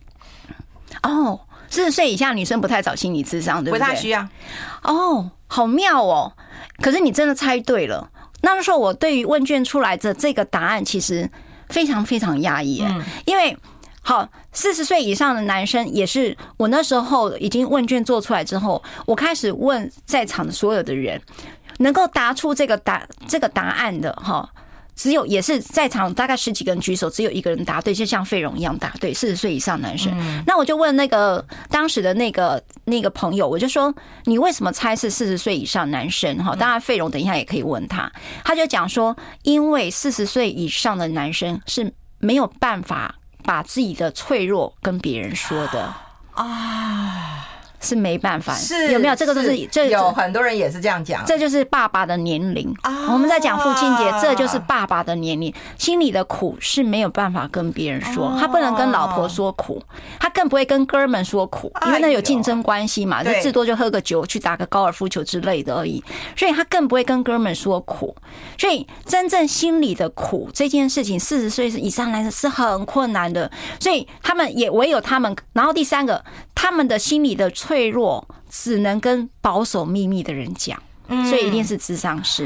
40岁以下女生不太找心理咨商，对不对？ 不太需要。 好妙哦！可是你真的猜对了。那时候我对于问卷出来的这个答案，其实非常非常压抑，因为40岁以上的男生也是我那时候已经问卷做出来之后，我开始问在场的所有的人，能够答出这个答案的只有也是在场大概10几个人举手，只有1个人答对，就像费荣一样答对，40岁以上男生。那我就问那个当时的那个朋友，我就说你为什么猜是40岁以上男生？当然费荣等一下也可以问他，他就讲说，因为40岁以上的男生是没有办法把自己的脆弱跟别人说的是没办法，有没有？这个都是有很多人也是这样讲， 这就是爸爸的年龄我们在讲父亲节，这就是爸爸的年龄，心里的苦是没有办法跟别人说，他不能跟老婆说苦，他更不会跟哥们说苦，因为那有竞争关系嘛，就至多就喝个酒，去打个高尔夫球之类的而已，所以他更不会跟哥们说苦。所以真正心里的苦这件事情，40岁以上来说是很困难的，所以他们也唯有他们。然后第三个，他们的心理的脆弱只能跟保守秘密的人讲，所以一定是咨商师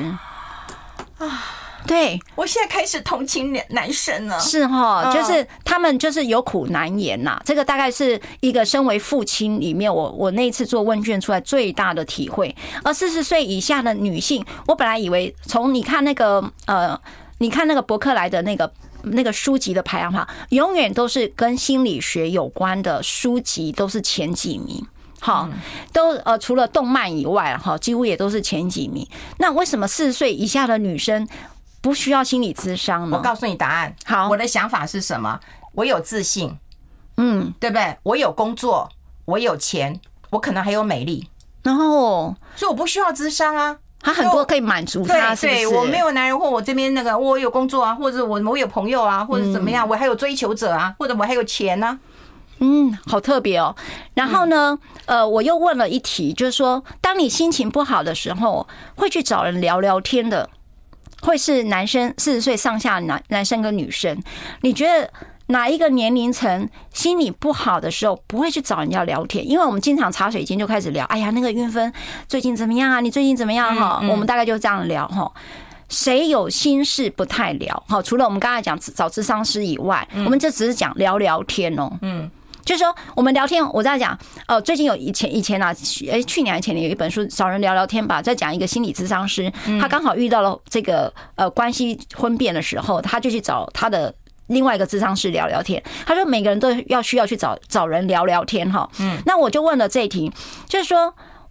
对， 我现在开始同情男生了。 是就是他们就是有苦难言呐。这个大概是一个身为父亲里面，我那一次做问卷出来最大的体会。而40岁以下的女性，我本来以为从你看那个博客来的那个书籍的排行榜，永远都是跟心理学有关的书籍都是前几名。都除了动漫以外几乎也都是前几名。那为什么40岁以下的女生不需要心理咨商呢？ 我告诉你答案。好，我的想法是什么？我有自信，对不对？我有工作，我有钱，我可能还有美丽， 然后所以我不需要咨商啊。 他很多可以满足他，是不是？ 对，我没有男人，或我这边我有工作啊，或者我有朋友啊，或者怎么样，我还有追求者啊，或者我还有钱啊。 好特别哦。然后呢，我又问了一题，就是说，当你心情不好的时候，会去找人聊聊天的，会是男生40岁上下男生跟女生，你觉得哪一个年龄层心理不好的时候不会去找人家聊天？因为我们经常茶水间就开始聊，哎呀，那个运分最近怎么样啊？你最近怎么样我们大概就这样聊谁有心事不太聊除了我们刚才讲找咨商师以外，我们就只是讲聊聊天就是说，我们聊天，我在讲，最近有以前啊，去年还前年有一本书，找人聊聊天吧，在讲一个心理咨商师，他刚好遇到了这个关系婚变的时候，他就去找他的另外一个咨商师聊聊天。他说每个人都需要去找人聊聊天那我就问了这一题，就是说，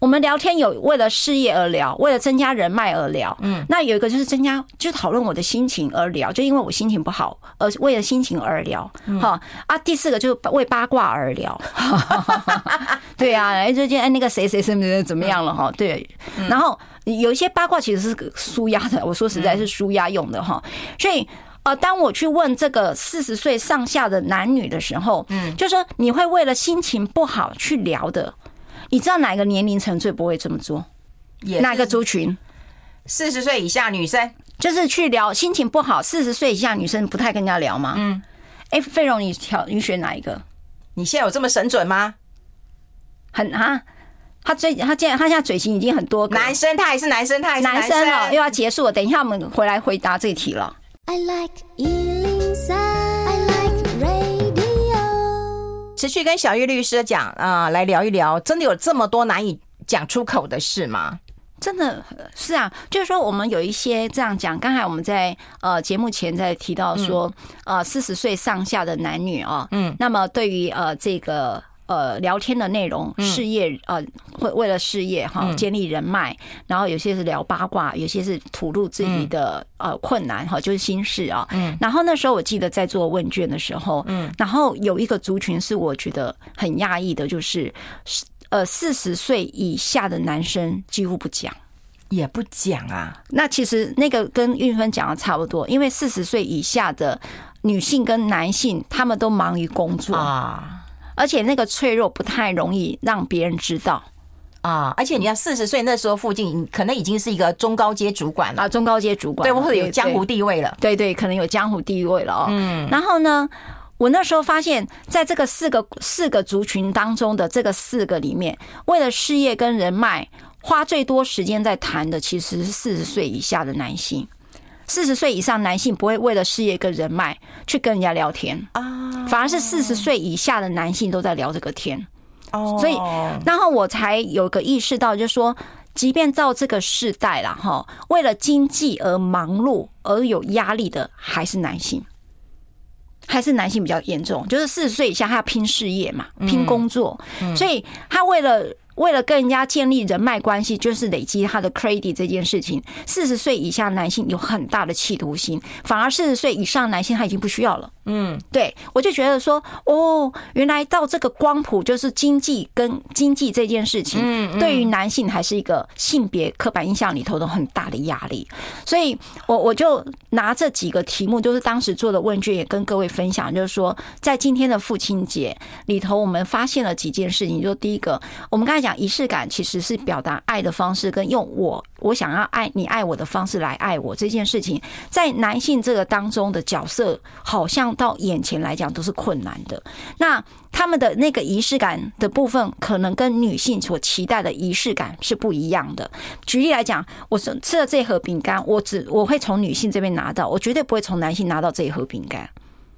我们聊天有为了事业而聊，为了增加人脉而聊。那有一个就是就讨论我的心情而聊，就因为我心情不好，而为了心情而聊。第4个就是为八卦而聊。对啊，最近那个谁怎么样了哈？对，然后有一些八卦其实是抒压的，我说实在是抒压用的哈。所以当我去问这个40岁上下的男女的时候，就说你会为了心情不好去聊的，你知道哪个年龄层最不会这么做？哪个族群 ？40岁以下女生就是去聊心情不好，40岁以下女生不太跟人家聊吗？费荣，你选哪一个？ 你现在有这么神准吗？ 他现在嘴型已经很多个男生，他也是男生，他也是男生了，又要结束了。等一下我们回来回答这一题了。 I like 103, I like radio。 持续跟小玉律师讲来聊一聊，真的有这么多难以讲出口的事吗？ 真的是啊，就是说我们有一些这样讲，刚才我们在节目前在提到说40岁上下的男女那么对于这个聊天的内容，事业会为了事业建立人脉，然后有些是聊八卦，有些是吐露自己的困难就是心事啊。然后那时候我记得在做问卷的时候，然后有一个族群是我觉得很讶异的，就是40岁以下的男生几乎不讲。 也不讲啊？ 那其实那个跟运芬讲的差不多，因为40岁以下的女性跟男性，他们都忙于工作而且那个脆弱不太容易让别人知道而且你看40岁那时候附近，可能已经是一个中高阶主管了中高阶主管， 对，或者有江湖地位了， 对，可能有江湖地位了然后呢，我那时候发现，在这个四个族群当中的这个4个里面，为了事业跟人脉，花最多时间在谈的其实是40岁以下的男性。40岁以上男性不会为了事业跟人脉去跟人家聊天反而是40岁以下的男性都在聊这个天所以，然后我才有个意识到，就是说，即便到这个世代啦为了经济而忙碌而有压力的还是男性。还是男性比较严重，就是40岁以下他要拼事业嘛，拼工作，所以他为了跟人家建立人脉关系，就是累积他的 credit 这件事情，40岁以下男性有很大的企图心，反而40岁以上男性他已经不需要了。对，我就觉得说，原来到这个光谱就是经济跟经济这件事情，对于男性还是一个性别刻板印象里头的很大的压力。所以我就拿这几个题目，就是当时做的问卷，也跟各位分享，就是说，在今天的父亲节里头，我们发现了几件事情。就第一个，我们刚才讲仪式感其实是表达爱的方式，跟用我想要爱你爱我的方式来爱我这件事情，在男性这个当中的角色，好像到眼前来讲都是困难的。那他们的那个仪式感的部分，可能跟女性所期待的仪式感是不一样的。举例来讲，我吃了这盒饼干，我会从女性这边拿到，我绝对不会从男性拿到这一盒饼干。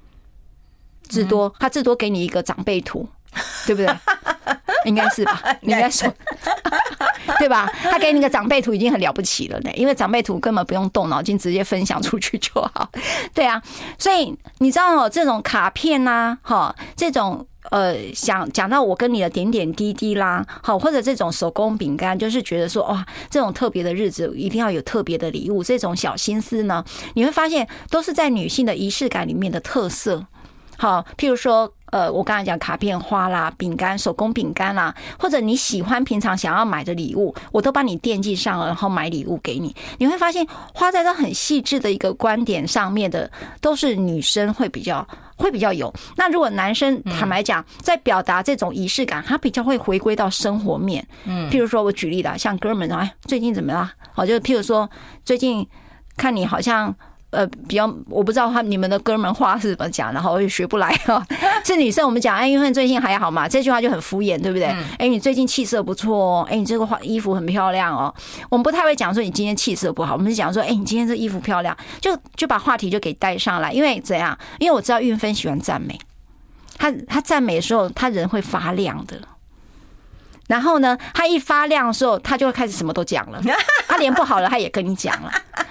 他至多给你一个长辈图，对不对？应该是吧？应该说，对吧？他给你个长辈图已经很了不起了呢，因为长辈图根本不用动脑筋，直接分享出去就好。对啊，所以你知道这种卡片啊，这种讲到我跟你的点点滴滴啦，或者这种手工饼干，就是觉得说哇，这种特别的日子一定要有特别的礼物，这种小心思呢，你会发现都是在女性的仪式感里面的特色。譬如说我刚才讲卡片花啦、饼干、手工饼干啦，或者你喜欢平常想要买的礼物，我都帮你惦记上了，然后买礼物给你。你会发现花在这很细致的一个观点上面的，都是女生会比较有。那如果男生坦白讲，在表达这种仪式感，他比较会回归到生活面。譬如说我举例啦，像哥们最近怎么啦？就是譬如说最近看你好像。比较我不知道你们的哥们话是怎么讲，然后我也学不来是女生我们讲因为最近还好嘛，这句话就很敷衍，对不对？你最近气色不错哦，你这个衣服很漂亮哦。我们不太会讲说你今天气色不好，我们是讲说你今天这衣服漂亮，就把话题就给带上来。因为怎样？因为我知道运芬喜欢赞美，他赞美的时候，他人会发亮的。然后呢，他一发亮的时候，他就会开始什么都讲了。他连不好了，他也跟你讲了。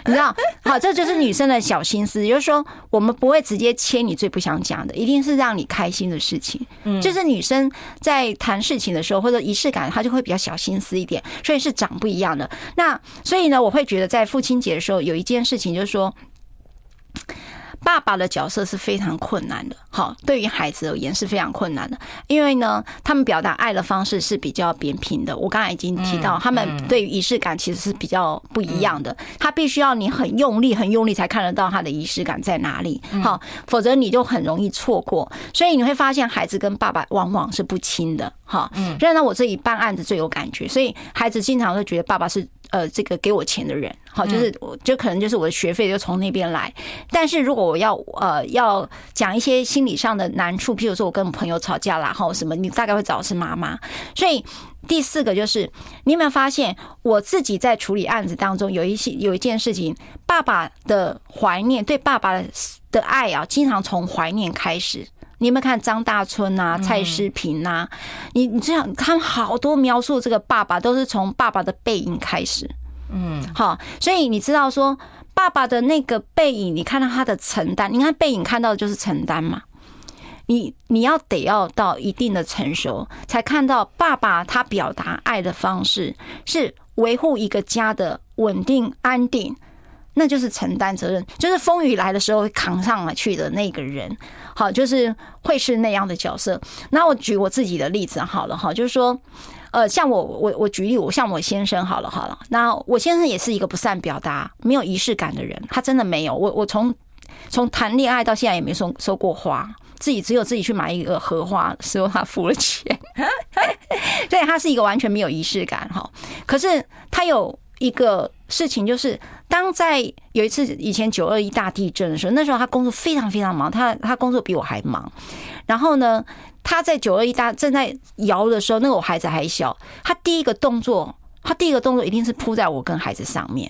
你知道，好，这就是女生的小心思，就是说我们不会直接切你最不想讲的，一定是让你开心的事情。就是女生在谈事情的时候或者仪式感，她就会比较小心思一点，所以是长不一样的。那所以呢，我会觉得在父亲节的时候有一件事情，就是说爸爸的角色是非常困难的，好，对于孩子而言是非常困难的，因为呢，他们表达爱的方式是比较扁平的。我刚才已经提到，他们对于仪式感其实是比较不一样的，他必须要你很用力、很用力才看得到他的仪式感在哪里，好，否则你就很容易错过。所以你会发现，孩子跟爸爸往往是不亲的，好，所以呢，我这里办案子最有感觉，所以孩子经常会觉得爸爸是这个给我钱的人，好，就可能就是我的学费就从那边来。但是如果我要讲一些心理上的难处，譬如说我跟朋友吵架啦，哈，什么，你大概会找的是妈妈。所以第四个就是，你有没有发现我自己在处理案子当中有一件事情，爸爸的怀念，对爸爸的爱啊，经常从怀念开始。你有没有看张大春啊、蔡诗萍啊？你这样，他们好多描述这个爸爸都是从爸爸的背影开始。好，所以你知道说爸爸的那个背影，你看到他的承担，你看背影看到的就是承担嘛。你得要到一定的成熟，才看到爸爸他表达爱的方式是维护一个家的稳定安定。那就是承担责任，就是风雨来的时候会扛上去的那个人，好，就是会是那样的角色。那我举我自己的例子好了哈，就是说，像我举例，像我先生好了，那我先生也是一个不善表达、没有仪式感的人，他真的没有。我从谈恋爱到现在也没收过花，只有自己去买一个荷花的时候他付了钱，所以他是一个完全没有仪式感哈。可是他有一个事情，就是当在有一次以前921大地震的时候，那时候他工作非常非常忙，他工作比我还忙。然后呢，他在921正在摇的时候，那个我孩子还小，他第一个动作一定是扑在我跟孩子上面。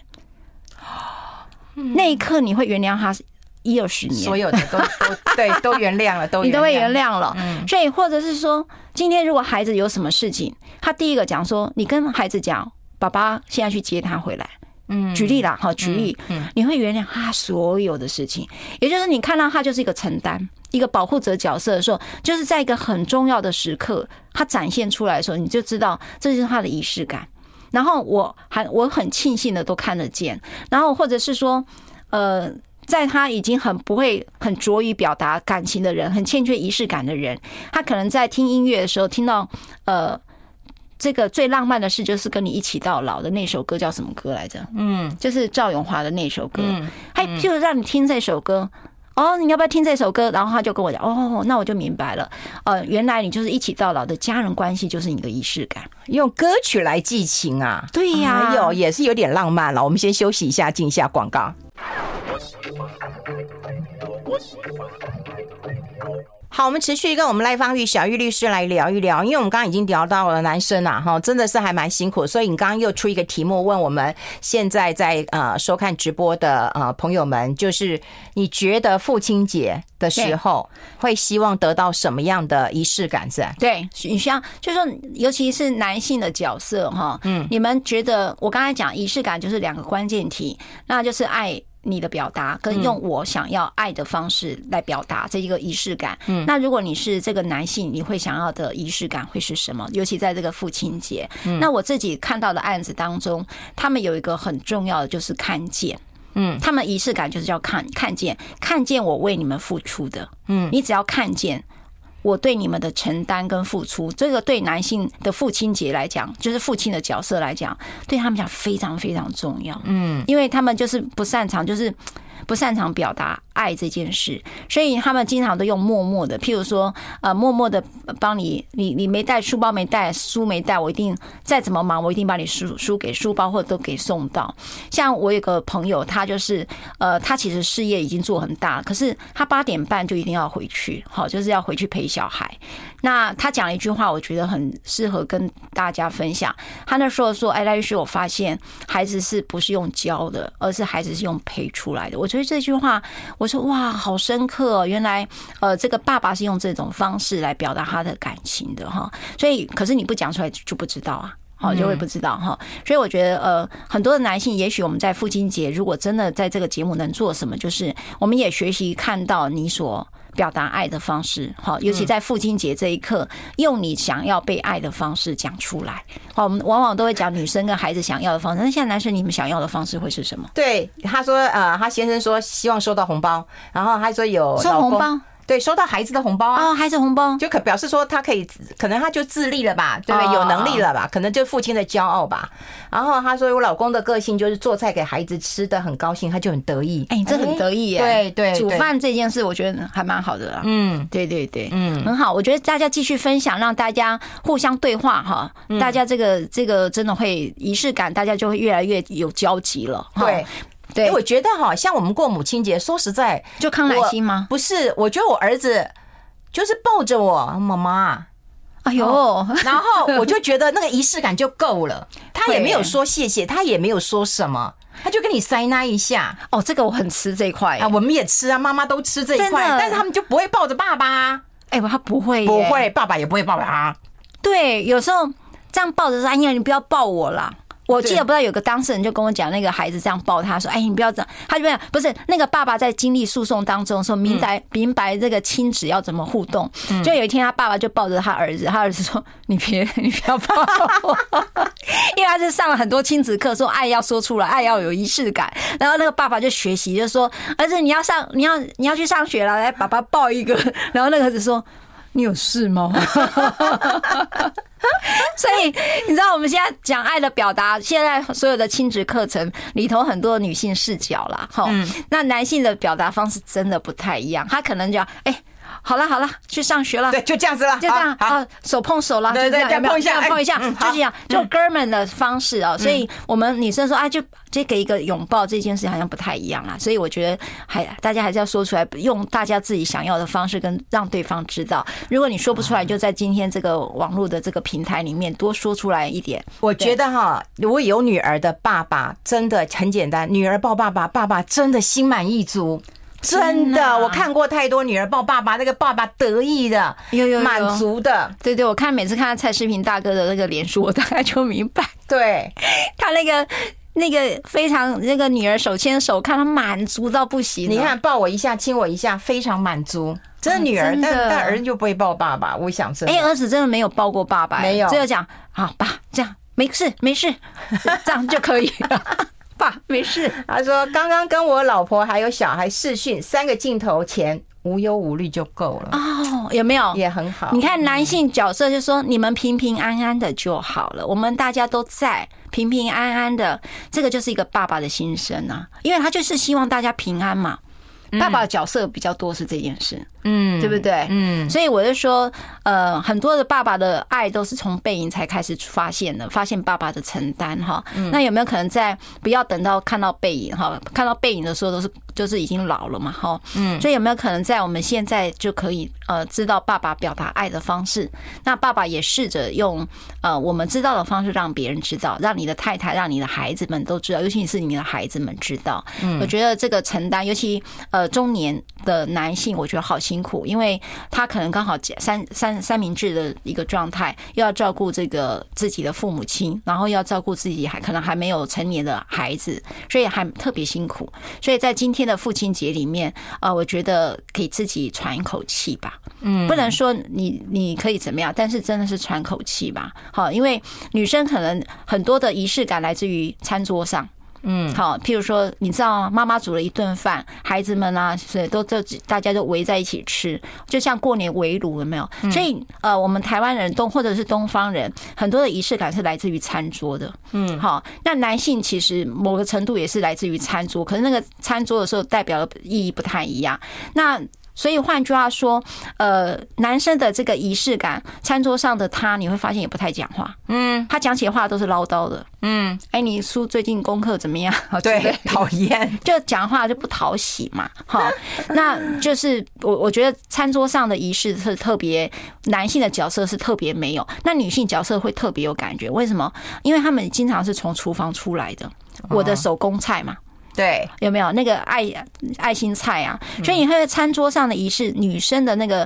那一刻你会原谅他10-20年， 所有的都原谅了， 你都会原谅了。所以或者是说，今天如果孩子有什么事情，他第一个讲说，你跟孩子讲，爸爸现在去接他回来。举例啦，好，举例，你会原谅他所有的事情，也就是你看到他就是一个承担、一个保护者角色的时候，就是在一个很重要的时刻，他展现出来的时候，你就知道这就是他的仪式感。然后我很庆幸的都看得见，然后或者是说，在他已经很不会很拙于表达感情的人，很欠缺仪式感的人，他可能在听音乐的时候听到这个最浪漫的事就是跟你一起到老的那首歌叫什么歌来着？就是赵咏华的那首歌。就是让你听这首歌。哦，你要不要听这首歌？然后他就跟我讲，哦，那我就明白了。原来你就是一起到老的家人关系，就是你的仪式感， 用歌曲来寄情啊。 对呀， 也是有点浪漫了。我们先休息一下，进一下广告。好，我们持续跟我们赖芳玉小玉律师来聊一聊，因为我们刚刚已经聊到了男生啊，真的是还蛮辛苦，所以你刚刚又出一个题目问我们现在在收看直播的朋友们，就是你觉得父亲节的时候会希望得到什么样的仪式感？是吧？ 对，你像就是说，尤其是男性的角色哈，你们觉得我刚才讲仪式感就是2个关键题，那就是爱你的表达跟用我想要爱的方式来表达这一个仪式感。那如果你是这个男性，你会想要的仪式感会是什么？尤其在这个父亲节，那我自己看到的案子当中，他们有一个很重要的就是看见。他们仪式感就是叫看见我为你们付出的。你只要看见我对你们的承担跟付出，这个对男性的父亲节来讲，就是父亲的角色来讲，对他们讲非常非常重要。因为他们就是不擅长表达爱这件事，所以他们经常都用默默的，譬如说默默的帮你没带书包，没带书，没带，我一定再怎么忙，我一定把你书给书包或者都给送到。像我有个朋友，他就是他其实事业已经做很大，可是他8点半就一定要回去，好，就是要回去陪小孩。那他讲了一句话，我觉得很适合跟大家分享。他那时候说：“赖律师，我发现孩子是不是用教的，而是孩子是用陪出来的。”我觉得这句话，我说哇，好深刻哦！原来这个爸爸是用这种方式来表达他的感情的哈。所以，可是你不讲出来就不知道啊。 好，就会不知道哈。所以我觉得很多的男性，也许我们在父亲节，如果真的在这个节目能做什么，就是我们也学习看到你所表达爱的方式，好，尤其在父亲节这一刻，用你想要被爱的方式讲出来。好，我们往往都会讲女生跟孩子想要的方式，那现在男生你们想要的方式会是什么？ 对，他说他先生说希望收到红包，然后他说有收红包。 对，收到孩子的红包啊， 孩子红包就表示说他可能他就自立了吧，对不对？有能力了吧？可能就父亲的骄傲吧。然后他说我老公的个性就是做菜给孩子吃的很高兴，他就很得意。 哎，这很得意耶。 对对， 煮饭这件事我觉得还蛮好的啦。对对对，很好。我觉得大家继续分享，让大家互相对话哈。大家这个真的会仪式感，大家就会越来越有交集了。 对。对，我觉得像我们过母亲节，说实在， 就康乃馨吗？ 不是，我觉得我儿子就是抱着我妈妈， 哎呦， 然后我就觉得那个仪式感就够了。他也没有说谢谢，他也没有说什么，他就跟你塞那一下。 哦，这个我很吃这一块啊，我们也吃啊，妈妈都吃这一块，但是他们就不会抱着爸爸。 哎，他不会， 不会，爸爸也不会抱他。 对，有时候这样抱着说：“哎呀，你不要抱我啦。”我记得不知道有个当事人就跟我讲，那个孩子这样抱他说：“哎，你不要这样。”他就不是那个爸爸在经历诉讼当中说明白这个亲子要怎么互动。就有一天他爸爸就抱着他儿子，他儿子说：“你不要抱我。”因为他是上了很多亲子课，说爱要说出来，爱要有仪式感。然后那个爸爸就学习，就说：“儿子，你要去上学了，来，爸爸抱一个。”然后那个儿子说：“你有事吗？”所以你知道我们现在讲爱的表达，现在所有的亲子课程里头很多女性视角啦，那男性的表达方式真的不太一样，他可能就好了，去上学了， 对，就这样子了， 就这样啊，手碰手了， 对对，这样碰一下， 就这样，就哥们的方式啊。所以我们女生说就给一个拥抱这件事好像不太一样啦。所以我觉得大家还是要说出来，用大家自己想要的方式跟让对方知道。如果你说不出来，就在今天这个网络的这个平台里面多说出来一点。 我觉得如果有女儿的爸爸真的很简单，女儿抱爸爸，爸爸真的心满意足。真的，我看过太多女儿抱爸爸，那个爸爸得意的，有满足的。 对对，我每次看到蔡诗萍大哥的那个脸书，我大概就明白， 对他那个非常那个女儿手牵手，看他满足到不行。 你看，抱我一下，亲我一下，非常满足。真的女儿，但儿子就不会抱爸爸。我想真的， 儿子真的没有抱过爸爸， 没有， 只有讲好爸，这样没事，这样就可以了。爸，没事。 他说刚刚跟我老婆还有小孩视讯，3个镜头前无忧无虑就够了。 哦，有没有？ 也很好。 你看男性角色就说你们平平安安的就好了，我们大家都在平平安安的，这个就是一个爸爸的心声啊，因为他就是希望大家平安嘛。爸爸的角色比较多是这件事，对不对？所以我就说，很多的爸爸的爱都是从背影才开始发现的，发现爸爸的承担哈。那有没有可能在不要等到看到背影哈？看到背影的时候就是已经老了嘛哈。所以有没有可能在我们现在就可以知道爸爸表达爱的方式？那爸爸也试着用我们知道的方式让别人知道，让你的太太、让你的孩子们都知道，尤其是你的孩子们知道。我觉得这个承担，尤其中年的男性，我觉得好辛苦，因为他可能刚好三明治的一个状态，又要照顾这个自己的父母亲，然后要照顾自己可能还没有成年的孩子，所以还特别辛苦。所以在今天的父亲节里面，我觉得给自己喘一口气吧。不能说你可以怎么样，但是真的是喘口气吧。好，因为女生可能很多的仪式感来自于餐桌上。好，譬如说，你知道妈妈煮了一顿饭，孩子们啊，所以大家都围在一起吃，就像过年围炉，有没有？所以我们台湾人或者是东方人，很多的仪式感是来自于餐桌的。好，那男性其实某个程度也是来自于餐桌，可是那个餐桌的时候代表的意义不太一样。那所以换句话说，男生的这个仪式感，餐桌上的他，你会发现也不太讲话。他讲起话都是唠叨的。你书最近功课怎么样？ 对，讨厌， 就讲话就不讨喜嘛。好，那就是我觉得餐桌上的仪式是特别，男性的角色是特别没有，那女性角色会特别有感觉。为什么？因为他们经常是从厨房出来的，我的手工菜嘛。 对， 有没有那个爱心菜啊？所以你会在餐桌上的仪式，女生的那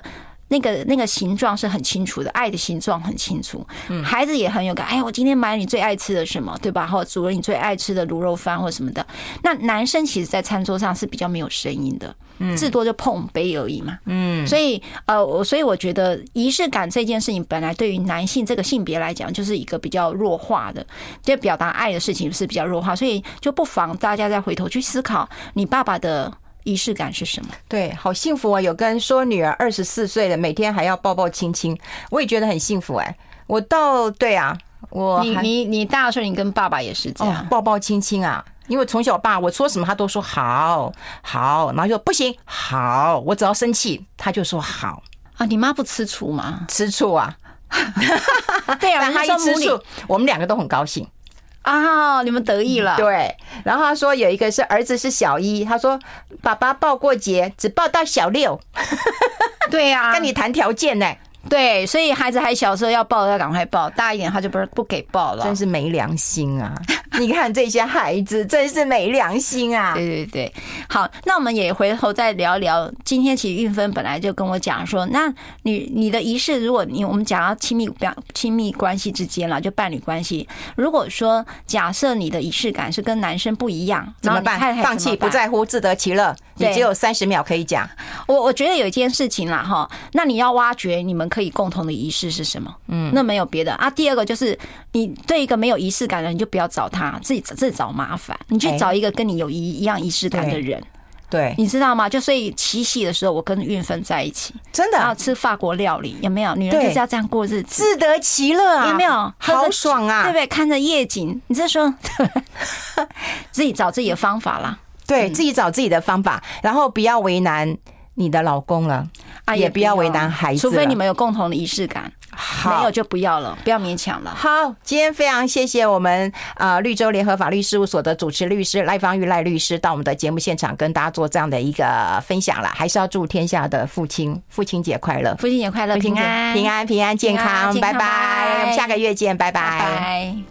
那个形状是很清楚的，爱的形状很清楚。孩子也很有感，哎，我今天买了你最爱吃的什么，对吧？或者煮了你最爱吃的卤肉饭或什么的。那男生其实在餐桌上是比较没有声音的，至多就碰杯而已嘛。所以我觉得仪式感这件事情，本来对于男性这个性别来讲，就是一个比较弱化的，就表达爱的事情是比较弱化，所以就不妨大家再回头去思考，你爸爸的仪式感是什么？ 对，好幸福啊！有跟说女儿24岁了，每天还要抱抱亲亲，我也觉得很幸福哎。对啊， 你大的时候，你跟爸爸也是这样， 抱抱亲亲啊。因为从小爸我说什么他都说好，然后就不行好，我只要生气他就说好啊。你妈不吃醋吗？ 吃醋啊， 对啊， 但他一吃醋，我们2个都很高兴。 你们得意了。 对，然后他说有一个是儿子是小1，他说爸爸报过节只报到小6。 对啊， 跟你谈条件呢。 对，所以孩子还小时候要抱要赶快抱，大一点他就不给抱了。 真是没良心啊！你看这些孩子真是没良心啊！ 对，好，那我们也回头再聊聊。今天其实运芬本来就跟我讲说，那你的仪式，如果我们讲到亲密关系之间了，就伴侣关系，如果说假设你的仪式感是跟男生不一样， 怎么办？放弃，不在乎，自得其乐。你只有30秒可以讲。 我觉得有一件事情啦哈，那你要挖掘你们可以共同的仪式是什么？那没有别的啊。第二个就是你对一个没有仪式感的人，你就不要找他，自己找麻烦，你去找一个跟你有一样仪式感的人。 对， 你知道吗？就所以七夕的时候，我跟运芬在一起， 真的， 然后吃法国料理，有没有？女人就是要这样过日子， 自得其乐啊， 有没有？ 好爽啊， 对不对？看着夜景，你这时候自己找自己的方法啦。 对，自己找自己的方法，然后不要为难你的老公了，也不要为难孩子了， 除非你们有共同的仪式感。没有就不要了，不要勉强了。 好，今天非常谢谢我们绿洲联合法律事务所的主持律师赖芳玉赖律师到我们的节目现场跟大家做这样的一个分享了。还是要祝天下的父亲节快乐， 父亲节快乐，平安健康，拜拜，我们下个月见，拜拜。